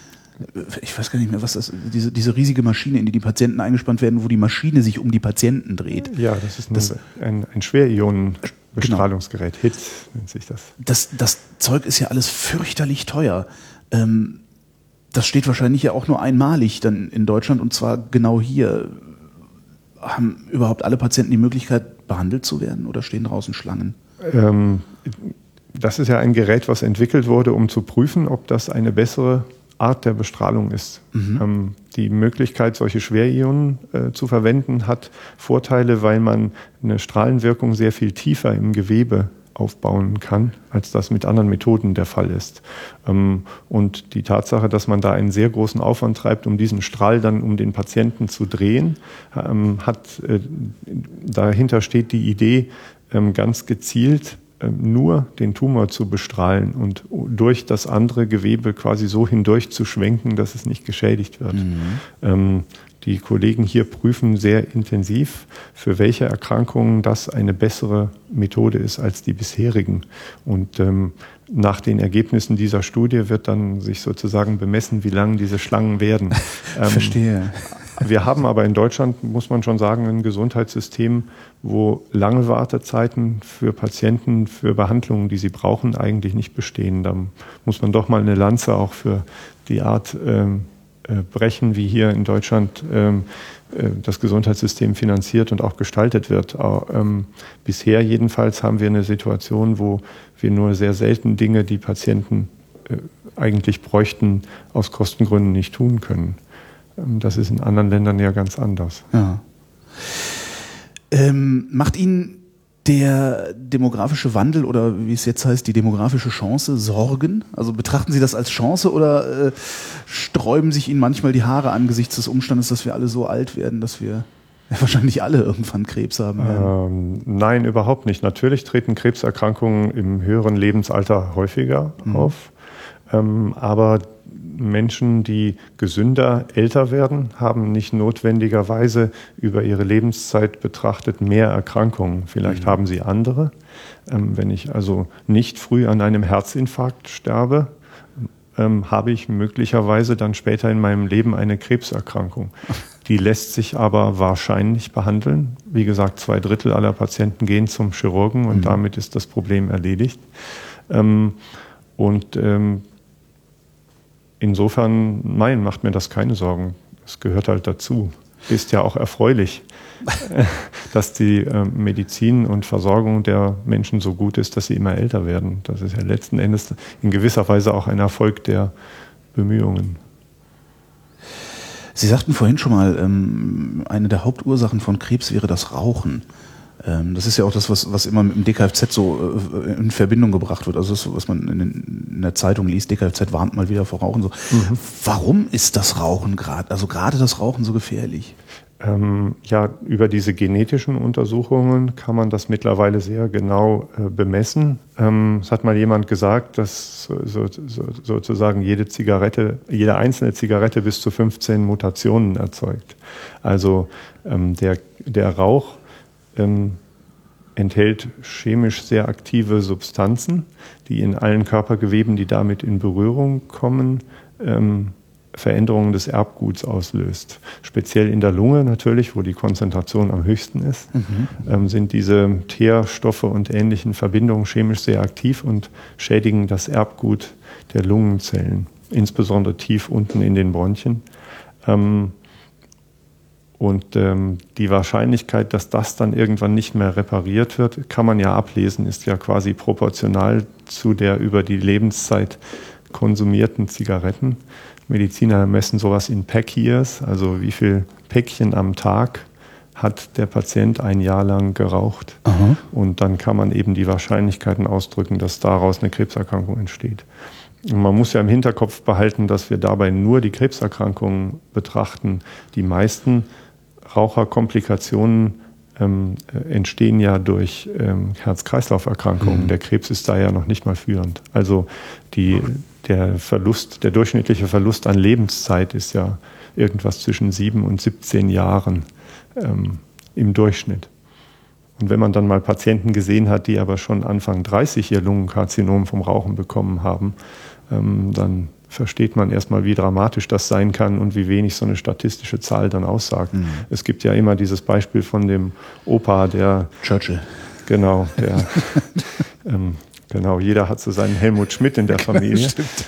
ich weiß gar nicht mehr, was das, diese, diese riesige Maschine, in die die Patienten eingespannt werden, wo die Maschine sich um die Patienten dreht. Ja, das ist das, ein, ein Schwerionenbestrahlungsgerät, genau. H I T nennt sich das. das. Das Zeug ist ja alles fürchterlich teuer. Ähm, das steht wahrscheinlich ja auch nur einmalig dann in Deutschland und zwar genau hier. Haben überhaupt alle Patienten die Möglichkeit, behandelt zu werden oder stehen draußen Schlangen? Ähm, das ist ja ein Gerät, was entwickelt wurde, um zu prüfen, ob das eine bessere Art der Bestrahlung ist. Mhm. Ähm, die Möglichkeit, solche Schwerionen äh, zu verwenden, hat Vorteile, weil man eine Strahlenwirkung sehr viel tiefer im Gewebe aufbauen kann, als das mit anderen Methoden der Fall ist. Ähm, und die Tatsache, dass man da einen sehr großen Aufwand treibt, um diesen Strahl dann um den Patienten zu drehen, ähm, hat, äh, dahinter steht die Idee, ähm, ganz gezielt nur den Tumor zu bestrahlen und durch das andere Gewebe quasi so hindurch zu schwenken, dass es nicht geschädigt wird. Mhm. Ähm, die Kollegen hier prüfen sehr intensiv, für welche Erkrankungen das eine bessere Methode ist als die bisherigen. Und ähm, nach den Ergebnissen dieser Studie wird dann sich sozusagen bemessen, wie lang diese Schlangen werden. Ähm, Verstehe. Wir haben aber in Deutschland, muss man schon sagen, ein Gesundheitssystem, wo lange Wartezeiten für Patienten, für Behandlungen, die sie brauchen, eigentlich nicht bestehen. Da muss man doch mal eine Lanze auch für die Art ähm, äh, brechen, wie hier in Deutschland ähm, äh, das Gesundheitssystem finanziert und auch gestaltet wird. Aber, ähm, bisher jedenfalls haben wir eine Situation, wo wir nur sehr selten Dinge, die Patienten äh, eigentlich bräuchten, aus Kostengründen nicht tun können. Das ist in anderen Ländern ja ganz anders. Ja. Ähm, macht Ihnen der demografische Wandel oder wie es jetzt heißt, die demografische Chance Sorgen? Also betrachten Sie das als Chance oder äh, sträuben sich Ihnen manchmal die Haare angesichts des Umstandes, dass wir alle so alt werden, dass wir ja, wahrscheinlich alle irgendwann Krebs haben werden? Ähm, nein, überhaupt nicht. Natürlich treten Krebserkrankungen im höheren Lebensalter häufiger mhm. auf. Ähm, aber Menschen, die gesünder älter werden, haben nicht notwendigerweise über ihre Lebenszeit betrachtet mehr Erkrankungen. Vielleicht mhm. haben sie andere. Ähm, wenn ich also nicht früh an einem Herzinfarkt sterbe, ähm, habe ich möglicherweise dann später in meinem Leben eine Krebserkrankung. Die lässt sich aber wahrscheinlich behandeln. Wie gesagt, zwei Drittel aller Patienten gehen zum Chirurgen und mhm. damit ist das Problem erledigt. Ähm, und ähm, Insofern, nein, macht mir das keine Sorgen. Es gehört halt dazu. Ist ja auch erfreulich, dass die äh, Medizin und Versorgung der Menschen so gut ist, dass sie immer älter werden. Das ist ja letzten Endes in gewisser Weise auch ein Erfolg der Bemühungen. Sie sagten vorhin schon mal, ähm, eine der Hauptursachen von Krebs wäre das Rauchen. Ähm, das ist ja auch das, was, was immer mit dem D K F Z so äh, in Verbindung gebracht wird. Also das, was man in, den, in der Zeitung liest, D K F Z warnt mal wieder vor Rauchen. So. Mhm. Warum ist das Rauchen gerade, also gerade das Rauchen so gefährlich? Ähm, ja, über diese genetischen Untersuchungen kann man das mittlerweile sehr genau äh, bemessen. Ähm, es hat mal jemand gesagt, dass so, so, sozusagen jede Zigarette, jede einzelne Zigarette bis zu fünfzehn Mutationen erzeugt. Also ähm, der, der Rauch ähm, enthält chemisch sehr aktive Substanzen, die in allen Körpergeweben, die damit in Berührung kommen, ähm, Veränderungen des Erbguts auslöst. Speziell in der Lunge natürlich, wo die Konzentration am höchsten ist, mhm. ähm, sind diese Teerstoffe und ähnlichen Verbindungen chemisch sehr aktiv und schädigen das Erbgut der Lungenzellen, insbesondere tief unten in den Bronchien. Ähm, und ähm, die Wahrscheinlichkeit, dass das dann irgendwann nicht mehr repariert wird, kann man ja ablesen, ist ja quasi proportional zu der über die Lebenszeit konsumierten Zigaretten. Mediziner messen sowas in Pack Years, also wie viel Päckchen am Tag hat der Patient ein Jahr lang geraucht. Aha. Und dann kann man eben die Wahrscheinlichkeiten ausdrücken, dass daraus eine Krebserkrankung entsteht. Und man muss ja im Hinterkopf behalten, dass wir dabei nur die Krebserkrankungen betrachten. Die meisten Raucherkomplikationen ähm, entstehen ja durch ähm, Herz-Kreislauf-Erkrankungen. Mhm. Der Krebs ist da ja noch nicht mal führend. Also die Der Verlust, der durchschnittliche Verlust an Lebenszeit ist ja irgendwas zwischen sieben und siebzehn Jahren ähm, im Durchschnitt. Und wenn man dann mal Patienten gesehen hat, die aber schon Anfang dreißig ihr Lungenkarzinom vom Rauchen bekommen haben, ähm, dann versteht man erstmal, wie dramatisch das sein kann und wie wenig so eine statistische Zahl dann aussagt. Mhm. Es gibt ja immer dieses Beispiel von dem Opa, der... Churchill. Genau, der... ähm, Genau, jeder hat so seinen Helmut Schmidt in der Familie.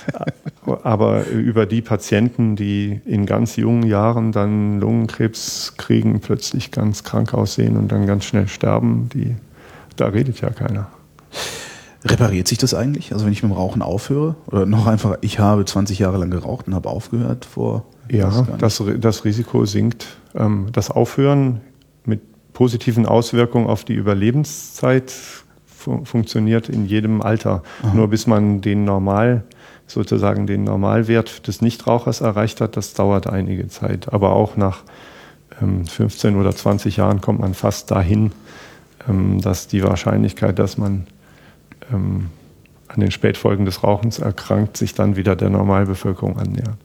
Aber über die Patienten, die in ganz jungen Jahren dann Lungenkrebs kriegen, plötzlich ganz krank aussehen und dann ganz schnell sterben, die, da redet ja keiner. Repariert sich das eigentlich? Also wenn ich mit dem Rauchen aufhöre? Oder noch einfach, ich habe zwanzig Jahre lang geraucht und habe aufgehört vor... Ja, das, das Risiko sinkt. Das Aufhören mit positiven Auswirkungen auf die Überlebenszeit funktioniert in jedem Alter. Aha. Nur bis man den Normal, sozusagen den Normalwert des Nichtrauchers erreicht hat, das dauert einige Zeit. Aber auch nach ähm, fünfzehn oder zwanzig Jahren kommt man fast dahin, ähm, dass die Wahrscheinlichkeit, dass man ähm, an den Spätfolgen des Rauchens erkrankt, sich dann wieder der Normalbevölkerung annähert.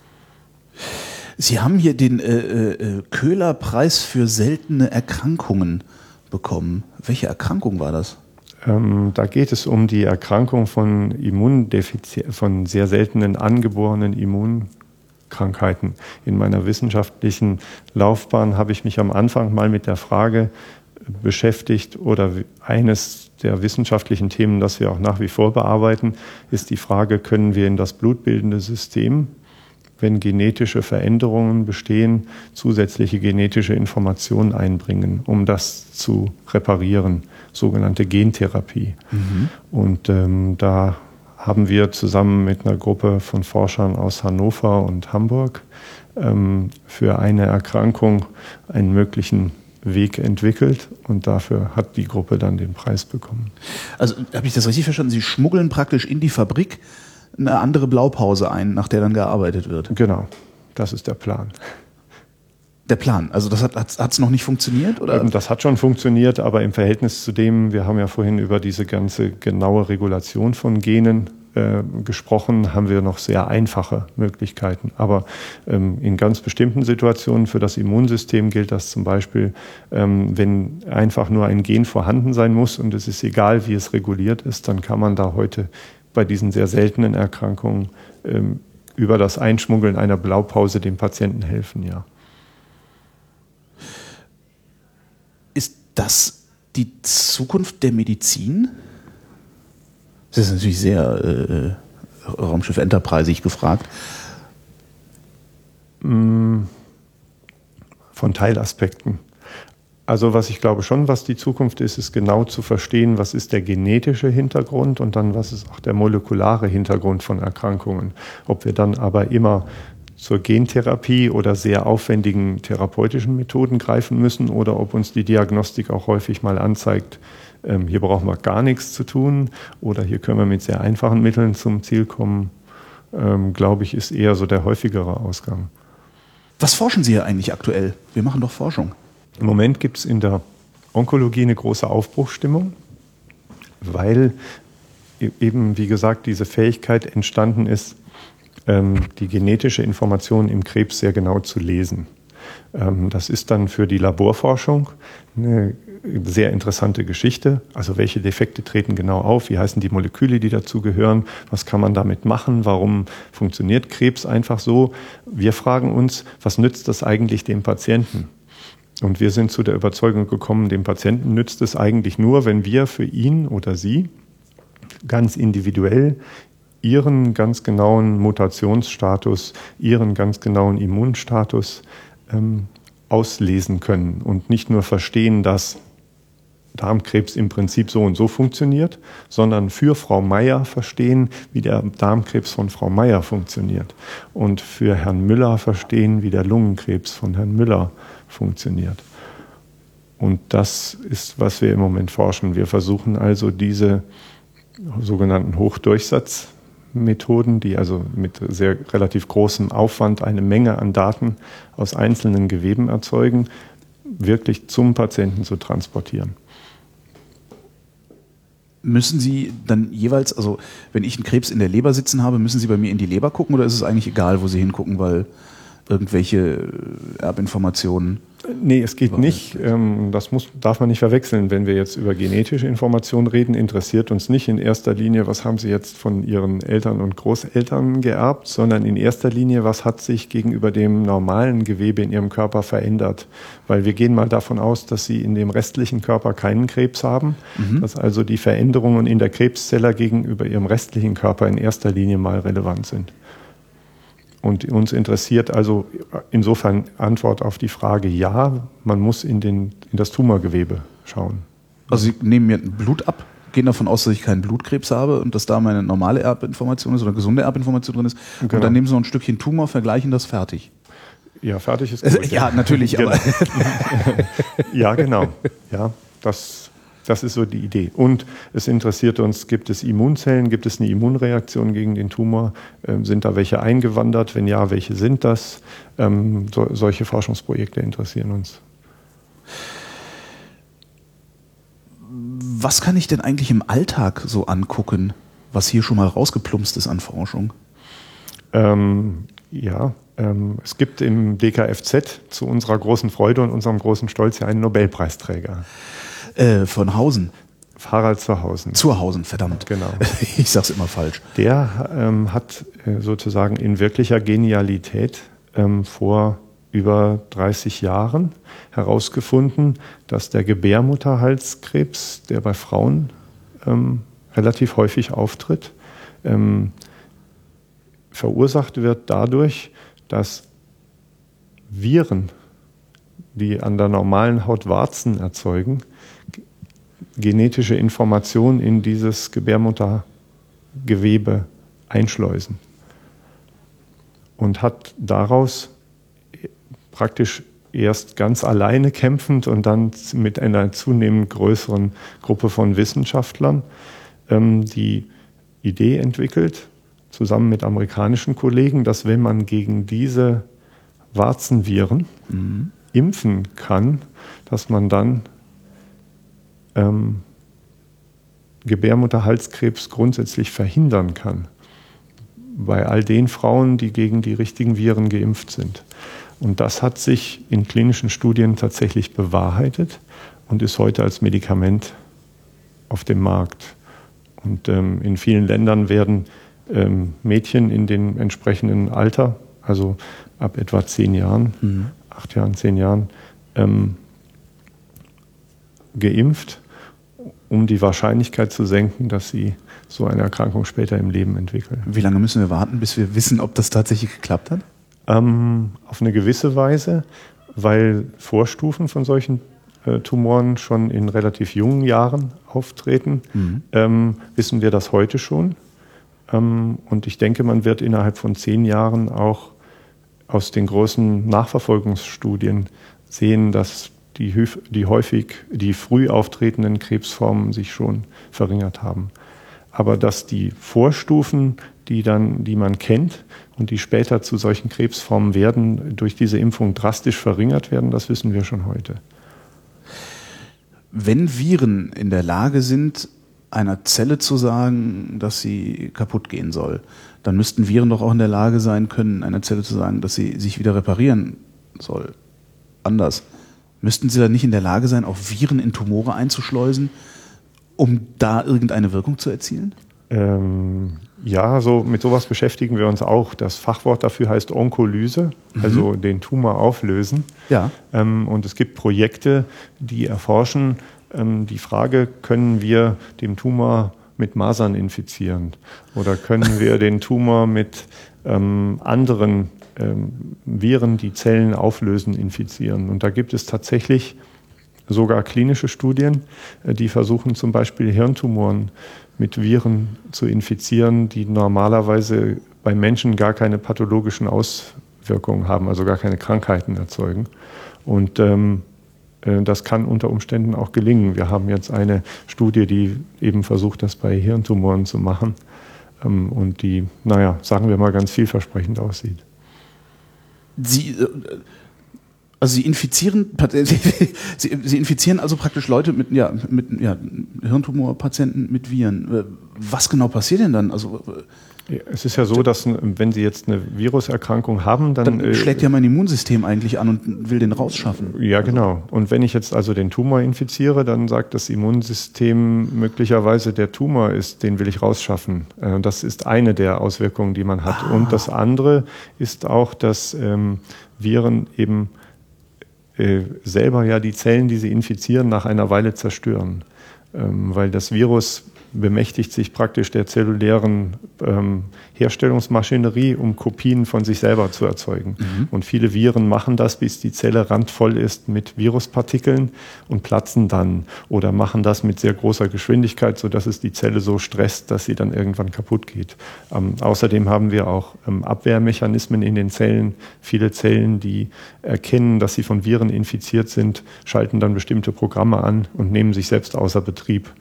Sie haben hier den äh, äh, Köhler-Preis für seltene Erkrankungen bekommen. Welche Erkrankung war das? Ähm, da geht es um die Erkrankung von Immundefizien, von sehr seltenen angeborenen Immunkrankheiten. In meiner wissenschaftlichen Laufbahn habe ich mich am Anfang mal mit der Frage beschäftigt, oder eines der wissenschaftlichen Themen, das wir auch nach wie vor bearbeiten, ist die Frage, können wir in das blutbildende System, wenn genetische Veränderungen bestehen, zusätzliche genetische Informationen einbringen, um das zu reparieren, sogenannte Gentherapie. Mhm. Und ähm, da haben wir zusammen mit einer Gruppe von Forschern aus Hannover und Hamburg ähm, für eine Erkrankung einen möglichen Weg entwickelt, und dafür hat die Gruppe dann den Preis bekommen. Also habe ich das richtig verstanden? Sie schmuggeln praktisch in die Fabrik eine andere Blaupause ein, nach der dann gearbeitet wird? Genau, das ist der Plan. Der Plan, also das hat hat's noch nicht funktioniert? Oder? Das hat schon funktioniert, aber im Verhältnis zu dem, wir haben ja vorhin über diese ganze genaue Regulation von Genen äh, gesprochen, haben wir noch sehr einfache Möglichkeiten. Aber ähm, in ganz bestimmten Situationen für das Immunsystem gilt das zum Beispiel, ähm, wenn einfach nur ein Gen vorhanden sein muss und es ist egal, wie es reguliert ist, dann kann man da heute bei diesen sehr seltenen Erkrankungen ähm, über das Einschmuggeln einer Blaupause dem Patienten helfen, ja. Ist das die Zukunft der Medizin? Das ist natürlich sehr äh, Raumschiff Enterprise-ig gefragt. Von Teilaspekten. Also was ich glaube schon, was die Zukunft ist, ist genau zu verstehen, was ist der genetische Hintergrund und dann was ist auch der molekulare Hintergrund von Erkrankungen. Ob wir dann aber immer zur Gentherapie oder sehr aufwendigen therapeutischen Methoden greifen müssen oder ob uns die Diagnostik auch häufig mal anzeigt, ähm, hier brauchen wir gar nichts zu tun oder hier können wir mit sehr einfachen Mitteln zum Ziel kommen, ähm, glaube ich, ist eher so der häufigere Ausgang. Was forschen Sie hier eigentlich aktuell? Wir machen doch Forschung. Im Moment gibt es in der Onkologie eine große Aufbruchsstimmung, weil eben, wie gesagt, diese Fähigkeit entstanden ist, die genetische Information im Krebs sehr genau zu lesen. Das ist dann für die Laborforschung eine sehr interessante Geschichte. Also welche Defekte treten genau auf? Wie heißen die Moleküle, die dazugehören? Was kann man damit machen? Warum funktioniert Krebs einfach so? Wir fragen uns, was nützt das eigentlich dem Patienten? Und wir sind zu der Überzeugung gekommen, dem Patienten nützt es eigentlich nur, wenn wir für ihn oder sie ganz individuell ihren ganz genauen Mutationsstatus, ihren ganz genauen Immunstatus ähm, auslesen können und nicht nur verstehen, dass Darmkrebs im Prinzip so und so funktioniert, sondern für Frau Meier verstehen, wie der Darmkrebs von Frau Meier funktioniert und für Herrn Müller verstehen, wie der Lungenkrebs von Herrn Müller funktioniert. Und das ist, was wir im Moment forschen. Wir versuchen also diese sogenannten Hochdurchsatzmethoden, die also mit sehr relativ großem Aufwand eine Menge an Daten aus einzelnen Geweben erzeugen, wirklich zum Patienten zu transportieren. Müssen Sie dann jeweils, also wenn ich einen Krebs in der Leber sitzen habe, müssen Sie bei mir in die Leber gucken oder ist es eigentlich egal, wo Sie hingucken, weil irgendwelche Erbinformationen? Nee, es geht nicht. Das muss, darf man nicht verwechseln. Wenn wir jetzt über genetische Informationen reden, interessiert uns nicht in erster Linie, was haben Sie jetzt von Ihren Eltern und Großeltern geerbt, sondern in erster Linie, was hat sich gegenüber dem normalen Gewebe in Ihrem Körper verändert. Weil wir gehen mal davon aus, dass Sie in dem restlichen Körper keinen Krebs haben, mhm. dass also die Veränderungen in der Krebszelle gegenüber Ihrem restlichen Körper in erster Linie mal relevant sind. Und uns interessiert also insofern Antwort auf die Frage, ja, man muss in, den, in das Tumorgewebe schauen. Also Sie nehmen mir Blut ab, gehen davon aus, dass ich keinen Blutkrebs habe und dass da meine normale Erbinformation ist oder gesunde Erbinformation drin ist. Genau. Und dann nehmen Sie noch ein Stückchen Tumor, vergleichen das, fertig. Ja, fertig ist gut. Ja, natürlich. Genau. Aber ja, genau. Ja, das... Das ist so die Idee. Und es interessiert uns, gibt es Immunzellen, gibt es eine Immunreaktion gegen den Tumor? Ähm, sind da welche eingewandert? Wenn ja, welche sind das? Ähm, so, solche Forschungsprojekte interessieren uns. Was kann ich denn eigentlich im Alltag so angucken, was hier schon mal rausgeplumpst ist an Forschung? Ähm, ja, ähm, es gibt im D K F Z zu unserer großen Freude und unserem großen Stolz ja einen Nobelpreisträger. Äh, von Hausen. Harald Zurhausen. Zurhausen, verdammt. Genau. Ich sag's immer falsch. Der ähm, hat äh, sozusagen in wirklicher Genialität ähm, vor über dreißig Jahren herausgefunden, dass der Gebärmutterhalskrebs, der bei Frauen ähm, relativ häufig auftritt, ähm, verursacht wird dadurch, dass Viren, die an der normalen Haut Warzen erzeugen, genetische Informationen in dieses Gebärmuttergewebe einschleusen. Und hat daraus praktisch erst ganz alleine kämpfend und dann mit einer zunehmend größeren Gruppe von Wissenschaftlern ähm, die Idee entwickelt, zusammen mit amerikanischen Kollegen, dass wenn man gegen diese Warzenviren mhm. impfen kann, dass man dann ähm, Gebärmutterhalskrebs grundsätzlich verhindern kann. Bei all den Frauen, die gegen die richtigen Viren geimpft sind. Und das hat sich in klinischen Studien tatsächlich bewahrheitet und ist heute als Medikament auf dem Markt. Und ähm, in vielen Ländern werden ähm, Mädchen in dem entsprechenden Alter, also ab etwa zehn Jahren, mhm. acht Jahren, zehn Jahren, ähm, geimpft, um die Wahrscheinlichkeit zu senken, dass sie so eine Erkrankung später im Leben entwickeln. Wie lange müssen wir warten, bis wir wissen, ob das tatsächlich geklappt hat? Ähm, auf eine gewisse Weise, weil Vorstufen von solchen äh, Tumoren schon in relativ jungen Jahren auftreten, mhm. ähm, wissen wir das heute schon. Ähm, und ich denke, man wird innerhalb von zehn Jahren auch aus den großen Nachverfolgungsstudien sehen, dass die, die häufig, die früh auftretenden Krebsformen sich schon verringert haben. Aber dass die Vorstufen, die dann, die man kennt und die später zu solchen Krebsformen werden, durch diese Impfung drastisch verringert werden, das wissen wir schon heute. Wenn Viren in der Lage sind, einer Zelle zu sagen, dass sie kaputt gehen soll, dann müssten Viren doch auch in der Lage sein können, einer Zelle zu sagen, dass sie sich wieder reparieren soll. anders. Müssten Sie da nicht in der Lage sein, auch Viren in Tumore einzuschleusen, um da irgendeine Wirkung zu erzielen? Ähm, ja, so mit sowas beschäftigen wir uns auch. Das Fachwort dafür heißt Onkolyse, mhm. also den Tumor auflösen. Ja. Ähm, und es gibt Projekte, die erforschen ähm, die Frage, können wir den Tumor mit Masern infizieren oder können wir den Tumor mit ähm, anderen ähm, Viren, die Zellen auflösen, infizieren. Und da gibt es tatsächlich sogar klinische Studien, die versuchen zum Beispiel Hirntumoren mit Viren zu infizieren, die normalerweise bei Menschen gar keine pathologischen Auswirkungen haben, also gar keine Krankheiten erzeugen. Und ähm, das kann unter Umständen auch gelingen. Wir haben jetzt eine Studie, die eben versucht, das bei Hirntumoren zu machen ähm, und die, naja, sagen wir mal, ganz vielversprechend aussieht. Sie, also Sie infizieren, Sie, Sie infizieren also praktisch Leute mit, ja, mit ja, Hirntumorpatienten mit Viren. Was genau passiert denn dann? Also es ist ja so, dass wenn Sie jetzt eine Viruserkrankung haben, dann, dann schlägt ja mein Immunsystem eigentlich an und will den rausschaffen. Ja, genau. Und wenn ich jetzt also den Tumor infiziere, dann sagt das Immunsystem möglicherweise, der Tumor ist, den will ich rausschaffen. Das ist eine der Auswirkungen, die man hat. Ah. Und das andere ist auch, dass ähm, Viren eben äh, selber ja die Zellen, die sie infizieren, nach einer Weile zerstören. Ähm, weil das Virus bemächtigt sich praktisch der zellulären ähm, Herstellungsmaschinerie, um Kopien von sich selber zu erzeugen. Mhm. Und viele Viren machen das, bis die Zelle randvoll ist mit Viruspartikeln und platzen dann. Oder machen das mit sehr großer Geschwindigkeit, sodass es die Zelle so stresst, dass sie dann irgendwann kaputt geht. Ähm, außerdem haben wir auch ähm, Abwehrmechanismen in den Zellen. Viele Zellen, die erkennen, dass sie von Viren infiziert sind, schalten dann bestimmte Programme an und nehmen sich selbst außer Betrieb.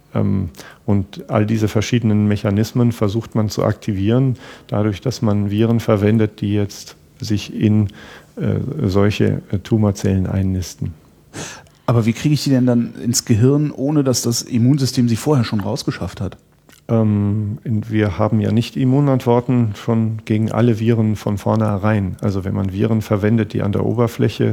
Und all diese verschiedenen Mechanismen versucht man zu aktivieren, dadurch, dass man Viren verwendet, die jetzt sich in äh, solche äh, Tumorzellen einnisten. Aber wie kriege ich die denn dann ins Gehirn, ohne dass das Immunsystem sie vorher schon rausgeschafft hat? Ähm, wir haben ja nicht Immunantworten schon gegen alle Viren von vornherein. Also wenn man Viren verwendet, die an der Oberfläche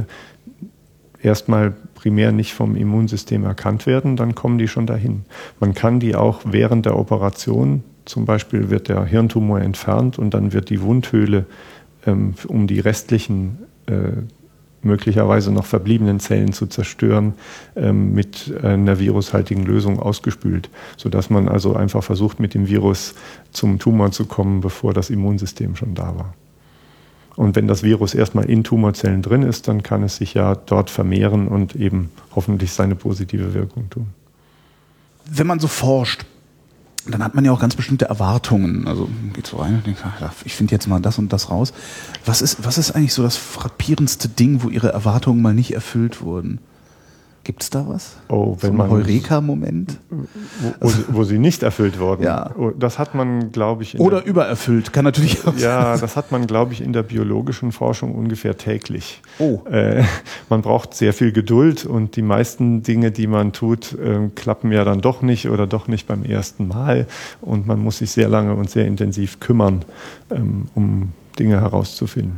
erstmal primär nicht vom Immunsystem erkannt werden, dann kommen die schon dahin. Man kann die auch während der Operation, zum Beispiel wird der Hirntumor entfernt und dann wird die Wundhöhle, ähm, um die restlichen, äh, möglicherweise noch verbliebenen Zellen zu zerstören, ähm, mit einer virushaltigen Lösung ausgespült, sodass man also einfach versucht, mit dem Virus zum Tumor zu kommen, bevor das Immunsystem schon da war. Und wenn das Virus erstmal in Tumorzellen drin ist, dann kann es sich ja dort vermehren und eben hoffentlich seine positive Wirkung tun. Wenn man so forscht, dann hat man ja auch ganz bestimmte Erwartungen. Also geht so rein und denkt, ich finde jetzt mal das und das raus. Was ist, was ist eigentlich so das frappierendste Ding, wo Ihre Erwartungen mal nicht erfüllt wurden? Gibt es da was? Oh, wenn so ein man Heureka-Moment? Wo, wo, sie, wo sie nicht erfüllt wurden. Ja. Das hat man, glaube ich... In Oder der, übererfüllt, kann natürlich auch Ja, sein. das hat man, glaube ich, in der biologischen Forschung ungefähr täglich. Oh. Äh, man braucht sehr viel Geduld und die meisten Dinge, die man tut, äh, klappen ja dann doch nicht oder doch nicht beim ersten Mal. Und man muss sich sehr lange und sehr intensiv kümmern, ähm, um Dinge herauszufinden.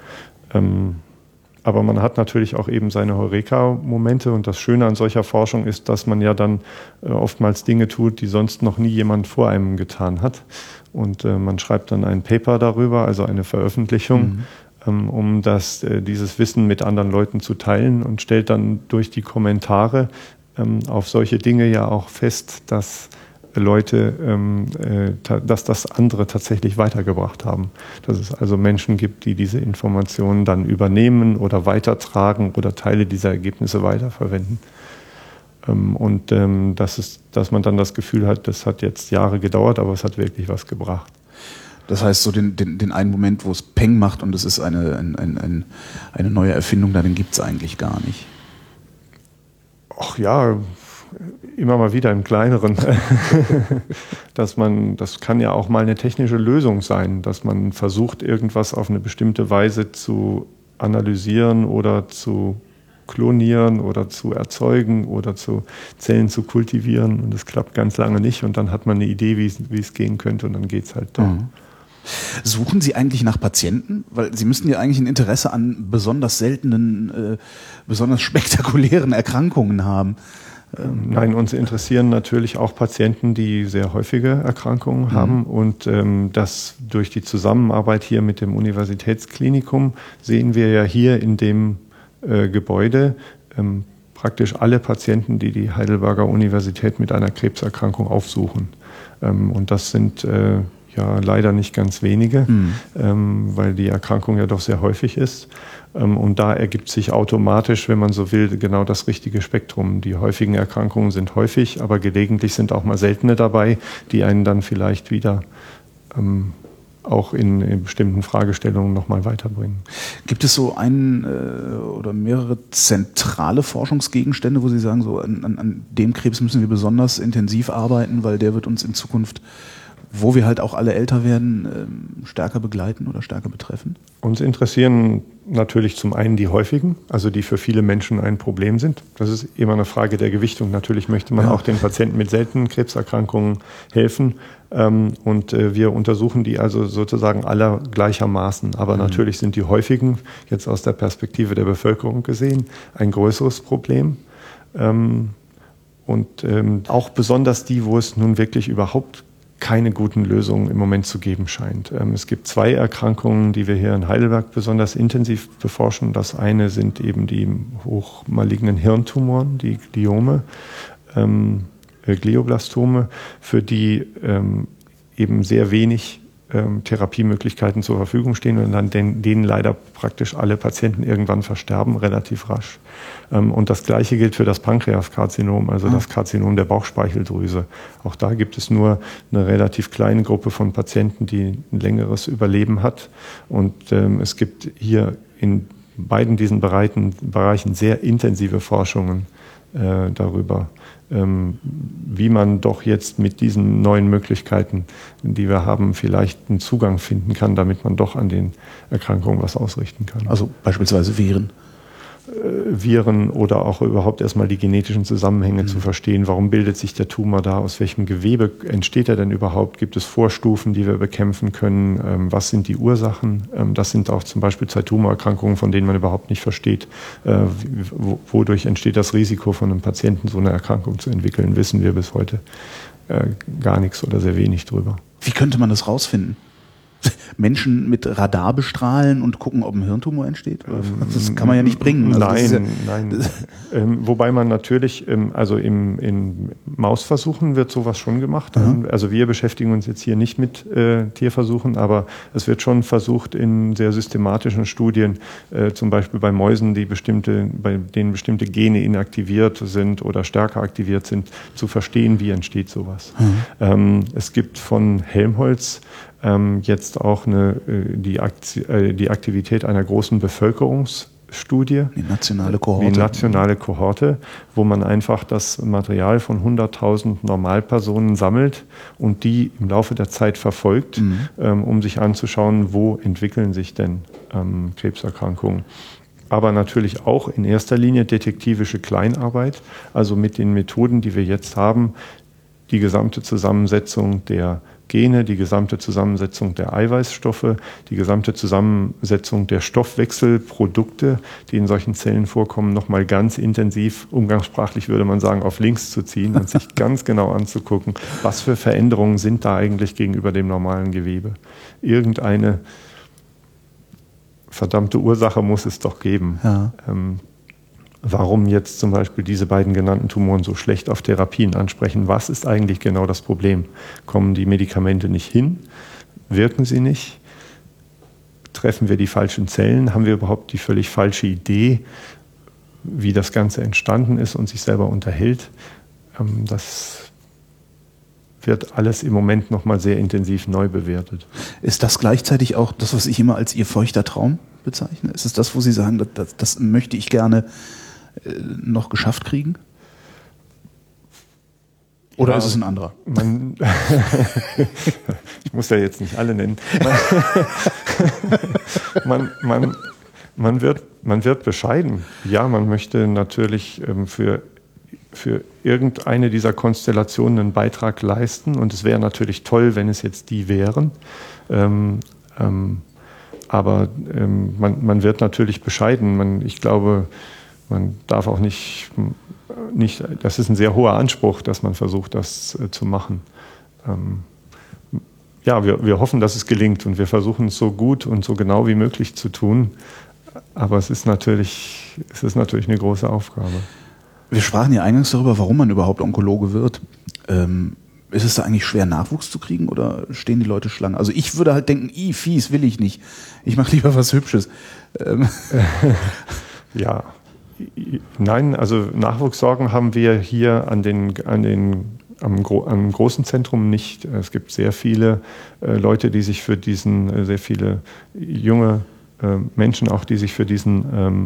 Ähm, Aber man hat natürlich auch eben seine Heureka-Momente und das Schöne an solcher Forschung ist, dass man ja dann äh, oftmals Dinge tut, die sonst noch nie jemand vor einem getan hat. Und äh, man schreibt dann ein Paper darüber, also eine Veröffentlichung, mhm. ähm, um das, äh, dieses Wissen mit anderen Leuten zu teilen und stellt dann durch die Kommentare ähm, auf solche Dinge ja auch fest, dass Leute, ähm, äh, dass das andere tatsächlich weitergebracht haben. Dass es also Menschen gibt, die diese Informationen dann übernehmen oder weitertragen oder Teile dieser Ergebnisse weiterverwenden. Ähm, und ähm, das ist, dass man dann das Gefühl hat, das hat jetzt Jahre gedauert, aber es hat wirklich was gebracht. Das heißt, so den, den, den einen Moment, wo es Peng macht und es ist eine, ein, ein, ein, eine neue Erfindung, da den gibt es eigentlich gar nicht. Ach ja, immer mal wieder im Kleineren, dass man, das kann ja auch mal eine technische Lösung sein, dass man versucht, irgendwas auf eine bestimmte Weise zu analysieren oder zu klonieren oder zu erzeugen oder zu Zellen zu kultivieren und es klappt ganz lange nicht und dann hat man eine Idee, wie es, wie es gehen könnte und dann geht es halt doch. Mhm. Suchen Sie eigentlich nach Patienten? Weil Sie müssten ja eigentlich ein Interesse an besonders seltenen, äh, besonders spektakulären Erkrankungen haben. Ähm, Nein, uns interessieren natürlich auch Patienten, die sehr häufige Erkrankungen mhm. haben. Und ähm, das durch die Zusammenarbeit hier mit dem Universitätsklinikum sehen wir ja hier in dem äh, Gebäude ähm, praktisch alle Patienten, die die Heidelberger Universität mit einer Krebserkrankung aufsuchen. Ähm, und das sind äh, ja leider nicht ganz wenige, mhm. ähm, weil die Erkrankung ja doch sehr häufig ist. Ähm, und da ergibt sich automatisch, wenn man so will, genau das richtige Spektrum. Die häufigen Erkrankungen sind häufig, aber gelegentlich sind auch mal seltene dabei, die einen dann vielleicht wieder ähm, auch in, in bestimmten Fragestellungen nochmal weiterbringen. Gibt es so einen äh, oder mehrere zentrale Forschungsgegenstände, wo Sie sagen, so an, an, an dem Krebs müssen wir besonders intensiv arbeiten, weil der wird uns in Zukunft, wo wir halt auch alle älter werden, ähm, stärker begleiten oder stärker betreffen? Uns interessieren natürlich zum einen die häufigen, also die für viele Menschen ein Problem sind. Das ist immer eine Frage der Gewichtung. Natürlich möchte man ja. auch den Patienten mit seltenen Krebserkrankungen helfen. Und wir untersuchen die also sozusagen alle gleichermaßen. Aber mhm. natürlich sind die häufigen, jetzt aus der Perspektive der Bevölkerung gesehen, ein größeres Problem. Und auch besonders die, wo es nun wirklich überhaupt keine guten Lösungen im Moment zu geben scheint. Es gibt zwei Erkrankungen, die wir hier in Heidelberg besonders intensiv beforschen. Das eine sind eben die hochmalignen Hirntumoren, die Gliome, ähm, Glioblastome, für die ähm, eben sehr wenig ähm, Therapiemöglichkeiten zur Verfügung stehen und an denen, denen leider praktisch alle Patienten irgendwann versterben, relativ rasch. Ähm, und das Gleiche gilt für das Pankreaskarzinom, also das Karzinom der Bauchspeicheldrüse. Auch da gibt es nur eine relativ kleine Gruppe von Patienten, die ein längeres Überleben hat. Und ähm, es gibt hier in beiden diesen Bereichen, Bereichen sehr intensive Forschungen äh, darüber, ähm, wie man doch jetzt mit diesen neuen Möglichkeiten, die wir haben, vielleicht einen Zugang finden kann, damit man doch an den Erkrankungen was ausrichten kann. Also beispielsweise Viren. Viren oder auch überhaupt erstmal die genetischen Zusammenhänge mhm. zu verstehen. Warum bildet sich der Tumor da? Aus welchem Gewebe entsteht er denn überhaupt? Gibt es Vorstufen, die wir bekämpfen können? Was sind die Ursachen? Das sind auch zum Beispiel zwei Tumorerkrankungen, von denen man überhaupt nicht versteht, wodurch entsteht das Risiko von einem Patienten, so eine Erkrankung zu entwickeln, wissen wir bis heute gar nichts oder sehr wenig drüber. Wie könnte man das rausfinden? Menschen mit Radar bestrahlen und gucken, ob ein Hirntumor entsteht? Das kann man ja nicht bringen. Also nein, ja, nein. ähm, wobei man natürlich, ähm, also im, in Mausversuchen wird sowas schon gemacht. Mhm. Also wir beschäftigen uns jetzt hier nicht mit äh, Tierversuchen, aber es wird schon versucht in sehr systematischen Studien, äh, zum Beispiel bei Mäusen, die bestimmte, bei denen bestimmte Gene inaktiviert sind oder stärker aktiviert sind, zu verstehen, wie entsteht sowas. Mhm. Ähm, es gibt von Helmholtz jetzt auch eine, die, Akti- die Aktivität einer großen Bevölkerungsstudie. Die nationale Kohorte. Die nationale Kohorte, wo man einfach das Material von hunderttausend Normalpersonen sammelt und die im Laufe der Zeit verfolgt, mhm. um sich anzuschauen, wo entwickeln sich denn ähm, Krebserkrankungen. Aber natürlich auch in erster Linie detektivische Kleinarbeit, also mit den Methoden, die wir jetzt haben, die gesamte Zusammensetzung der Gene, die gesamte Zusammensetzung der Eiweißstoffe, die gesamte Zusammensetzung der Stoffwechselprodukte, die in solchen Zellen vorkommen, nochmal ganz intensiv, umgangssprachlich würde man sagen, auf links zu ziehen und sich ganz genau anzugucken, was für Veränderungen sind da eigentlich gegenüber dem normalen Gewebe. Irgendeine verdammte Ursache muss es doch geben. Ja. Ähm, Warum jetzt zum Beispiel diese beiden genannten Tumoren so schlecht auf Therapien ansprechen? Was ist eigentlich genau das Problem? Kommen die Medikamente nicht hin? Wirken sie nicht? Treffen wir die falschen Zellen? Haben wir überhaupt die völlig falsche Idee, wie das Ganze entstanden ist und sich selber unterhält? Das wird alles im Moment nochmal sehr intensiv neu bewertet. Ist das gleichzeitig auch das, was ich immer als Ihr feuchter Traum bezeichne? Ist es das, wo Sie sagen, das, das, das möchte ich gerne noch geschafft kriegen? Oder ja, ist es ein anderer? Man, ich muss ja jetzt nicht alle nennen. Man, man, man, wird, man wird bescheiden. Ja, man möchte natürlich ähm, für für irgendeine dieser Konstellationen einen Beitrag leisten. Und es wäre natürlich toll, wenn es jetzt die wären. Ähm, ähm, aber ähm, man, man wird natürlich bescheiden. Man, ich glaube, man darf auch nicht, nicht, das ist ein sehr hoher Anspruch, dass man versucht, das äh, zu machen. Ähm, ja, wir, wir hoffen, dass es gelingt und wir versuchen es so gut und so genau wie möglich zu tun. Aber es ist natürlich, es ist natürlich eine große Aufgabe. Wir sprachen ja eingangs darüber, warum man überhaupt Onkologe wird. Ähm, ist es da eigentlich schwer, Nachwuchs zu kriegen oder stehen die Leute Schlange? Also ich würde halt denken, i, fies will ich nicht. Ich mache lieber was Hübsches. Ähm. Ja, nein, also Nachwuchssorgen haben wir hier an den, an den, am, Gro- am großen Zentrum nicht. Es gibt sehr viele äh, Leute, die sich für diesen, äh, sehr viele junge äh, Menschen auch, die sich für diesen ähm,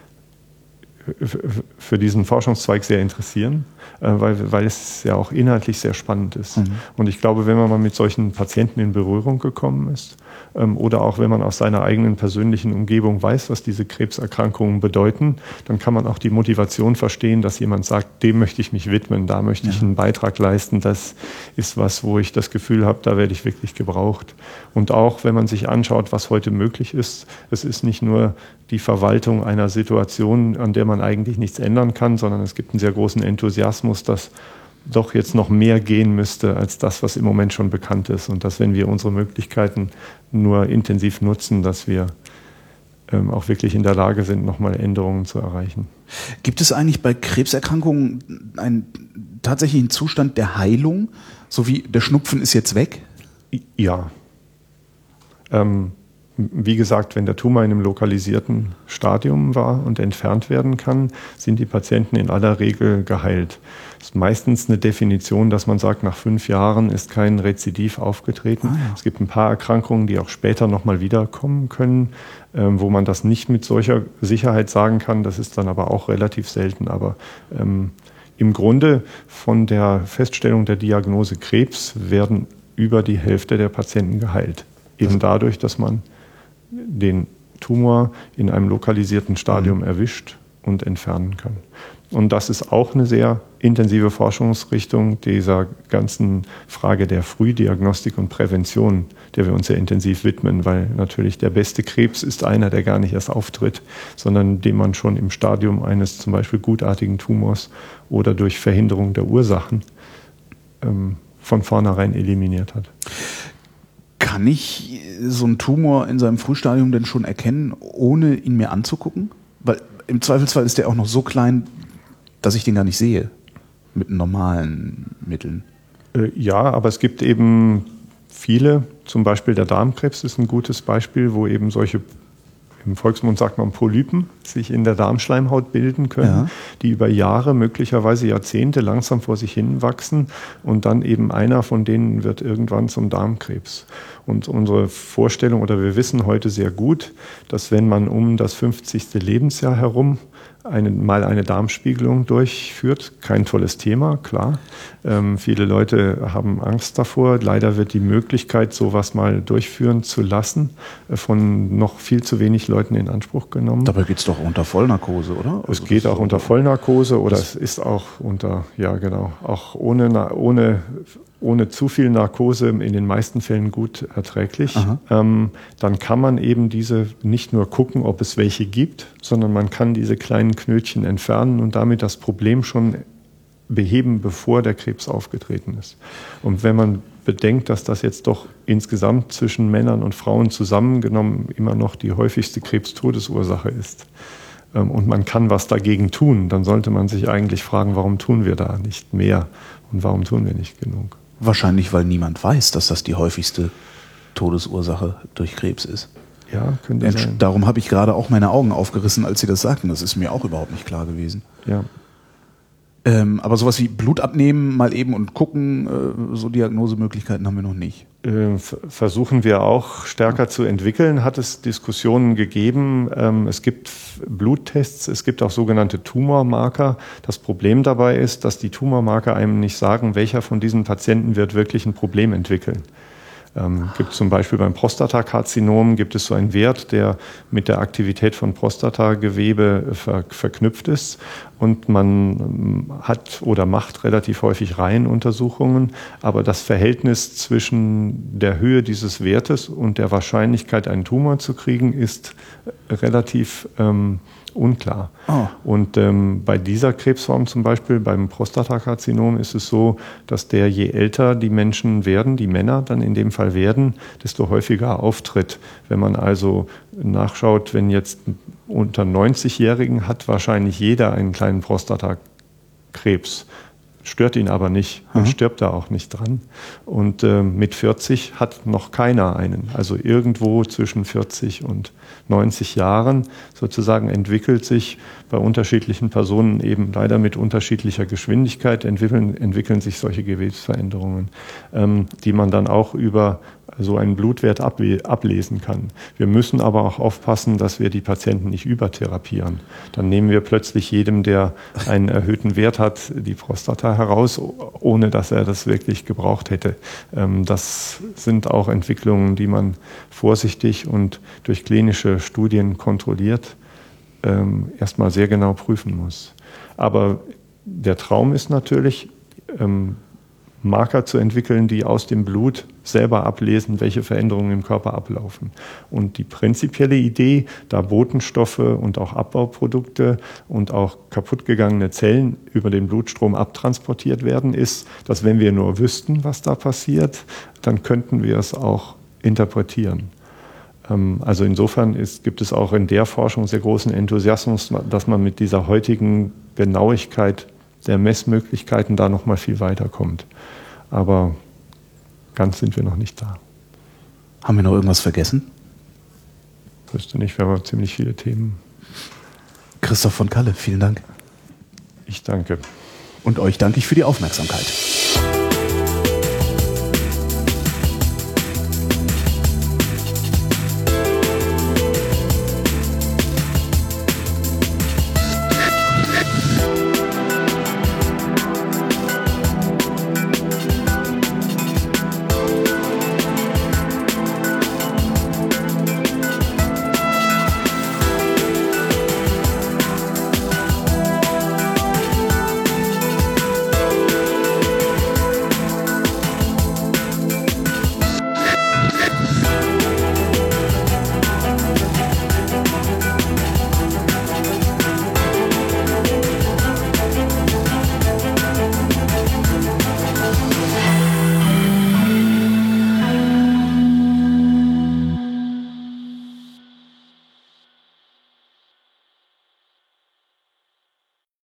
für diesen Forschungszweig sehr interessieren, weil, weil es ja auch inhaltlich sehr spannend ist. Mhm. Und ich glaube, wenn man mal mit solchen Patienten in Berührung gekommen ist oder auch wenn man aus seiner eigenen persönlichen Umgebung weiß, was diese Krebserkrankungen bedeuten, dann kann man auch die Motivation verstehen, dass jemand sagt, dem möchte ich mich widmen, da möchte ich ja. einen Beitrag leisten. Das ist was, wo ich das Gefühl habe, da werde ich wirklich gebraucht. Und auch, wenn man sich anschaut, was heute möglich ist, es ist nicht nur die Verwaltung einer Situation, an der man eigentlich nichts ändern kann, sondern es gibt einen sehr großen Enthusiasmus, dass doch jetzt noch mehr gehen müsste als das, was im Moment schon bekannt ist. Und dass, wenn wir unsere Möglichkeiten nur intensiv nutzen, dass wir ähm, auch wirklich in der Lage sind, nochmal Änderungen zu erreichen. Gibt es eigentlich bei Krebserkrankungen einen tatsächlichen Zustand der Heilung, so wie der Schnupfen ist jetzt weg? Ja. Ähm, Wie gesagt, wenn der Tumor in einem lokalisierten Stadium war und entfernt werden kann, sind die Patienten in aller Regel geheilt. Das ist meistens eine Definition, dass man sagt, nach fünf Jahren ist kein Rezidiv aufgetreten. Ah, ja. Es gibt ein paar Erkrankungen, die auch später nochmal wiederkommen können, ähm, wo man das nicht mit solcher Sicherheit sagen kann. Das ist dann aber auch relativ selten. Aber ähm, im Grunde von der Feststellung der Diagnose Krebs werden über die Hälfte der Patienten geheilt. Eben dadurch, dass man den Tumor in einem lokalisierten Stadium mhm. erwischt und entfernen kann. Und das ist auch eine sehr intensive Forschungsrichtung dieser ganzen Frage der Frühdiagnostik und Prävention, der wir uns sehr intensiv widmen, weil natürlich der beste Krebs ist einer, der gar nicht erst auftritt, sondern den man schon im Stadium eines zum Beispiel gutartigen Tumors oder durch Verhinderung der Ursachen ähm, von vornherein eliminiert hat. Kann ich so einen Tumor in seinem Frühstadium denn schon erkennen, ohne ihn mir anzugucken? Weil im Zweifelsfall ist der auch noch so klein, dass ich den gar nicht sehe, mit normalen Mitteln. Äh, ja, aber es gibt eben viele, zum Beispiel der Darmkrebs ist ein gutes Beispiel, wo eben solche, im Volksmund sagt man Polypen, sich in der Darmschleimhaut bilden können, ja. die über Jahre, möglicherweise Jahrzehnte langsam vor sich hin wachsen und dann eben einer von denen wird irgendwann zum Darmkrebs. Und unsere Vorstellung, oder wir wissen heute sehr gut, dass wenn man um das fünfzigste Lebensjahr herum eine, mal eine Darmspiegelung durchführt, kein tolles Thema, klar. Ähm, viele Leute haben Angst davor. Leider wird die Möglichkeit, sowas mal durchführen zu lassen, von noch viel zu wenig Leuten in Anspruch genommen. Dabei geht es doch unter Vollnarkose, oder? Es also geht auch unter Vollnarkose oder es ist auch unter, ja genau, auch ohne, ohne ohne zu viel Narkose in den meisten Fällen gut erträglich. Ähm, dann kann man eben diese nicht nur gucken, ob es welche gibt, sondern man kann diese kleinen Knötchen entfernen und damit das Problem schon beheben, bevor der Krebs aufgetreten ist. Und wenn man bedenkt, dass das jetzt doch insgesamt zwischen Männern und Frauen zusammengenommen immer noch die häufigste Krebstodesursache ist, ähm, und man kann was dagegen tun, dann sollte man sich eigentlich fragen, warum tun wir da nicht mehr und warum tun wir nicht genug? Wahrscheinlich, weil niemand weiß, dass das die häufigste Todesursache durch Krebs ist. Ja, könnte Entsch- sein. Darum habe ich gerade auch meine Augen aufgerissen, als Sie das sagten. Das ist mir auch überhaupt nicht klar gewesen. Ja. Ähm, aber sowas wie Blut abnehmen, mal eben und gucken, äh, so Diagnosemöglichkeiten haben wir noch nicht. Äh, versuchen wir auch stärker zu entwickeln, hat es Diskussionen gegeben. Ähm, es gibt Bluttests, es gibt auch sogenannte Tumormarker. Das Problem dabei ist, dass die Tumormarker einem nicht sagen, welcher von diesen Patienten wird wirklich ein Problem entwickeln. Ähm, gibt zum Beispiel beim Prostatakarzinom gibt es so einen Wert, der mit der Aktivität von Prostatagewebe ver verknüpft ist. Und man hat oder macht relativ häufig Reihenuntersuchungen, aber das Verhältnis zwischen der Höhe dieses Wertes und der Wahrscheinlichkeit, einen Tumor zu kriegen, ist relativ ähm, unklar. Oh. Und ähm, bei dieser Krebsform zum Beispiel, beim Prostatakarzinom, ist es so, dass der, je älter die Menschen werden, die Männer dann in dem Fall werden, desto häufiger auftritt. Wenn man also nachschaut, wenn jetzt unter neunzigjährigen hat wahrscheinlich jeder einen kleinen Prostatakrebs. Stört ihn aber nicht und mhm. stirbt da auch nicht dran. Und äh, mit vierzig hat noch keiner einen. Also irgendwo zwischen vierzig und neunzig Jahren sozusagen entwickelt sich bei unterschiedlichen Personen eben leider mit unterschiedlicher Geschwindigkeit entwickeln, entwickeln sich solche Gewebsveränderungen, ähm, die man dann auch über so einen Blutwert ablesen kann. Wir müssen aber auch aufpassen, dass wir die Patienten nicht übertherapieren. Dann nehmen wir plötzlich jedem, der einen erhöhten Wert hat, die Prostata heraus, ohne dass er das wirklich gebraucht hätte. Das sind auch Entwicklungen, die man vorsichtig und durch klinische Studien kontrolliert erstmal sehr genau prüfen muss. Aber der Traum ist natürlich, Marker zu entwickeln, die aus dem Blut selber ablesen, welche Veränderungen im Körper ablaufen. Und die prinzipielle Idee, da Botenstoffe und auch Abbauprodukte und auch kaputtgegangene Zellen über den Blutstrom abtransportiert werden, ist, dass wenn wir nur wüssten, was da passiert, dann könnten wir es auch interpretieren. Also insofern ist, gibt es auch in der Forschung sehr großen Enthusiasmus, dass man mit dieser heutigen Genauigkeit der Messmöglichkeiten da noch mal viel weiterkommt. Aber ganz sind wir noch nicht da. Haben wir noch irgendwas vergessen? Ich wüsste nicht, wir haben ziemlich viele Themen. Christoph von Kalle, vielen Dank. Ich danke. Und euch danke ich für die Aufmerksamkeit.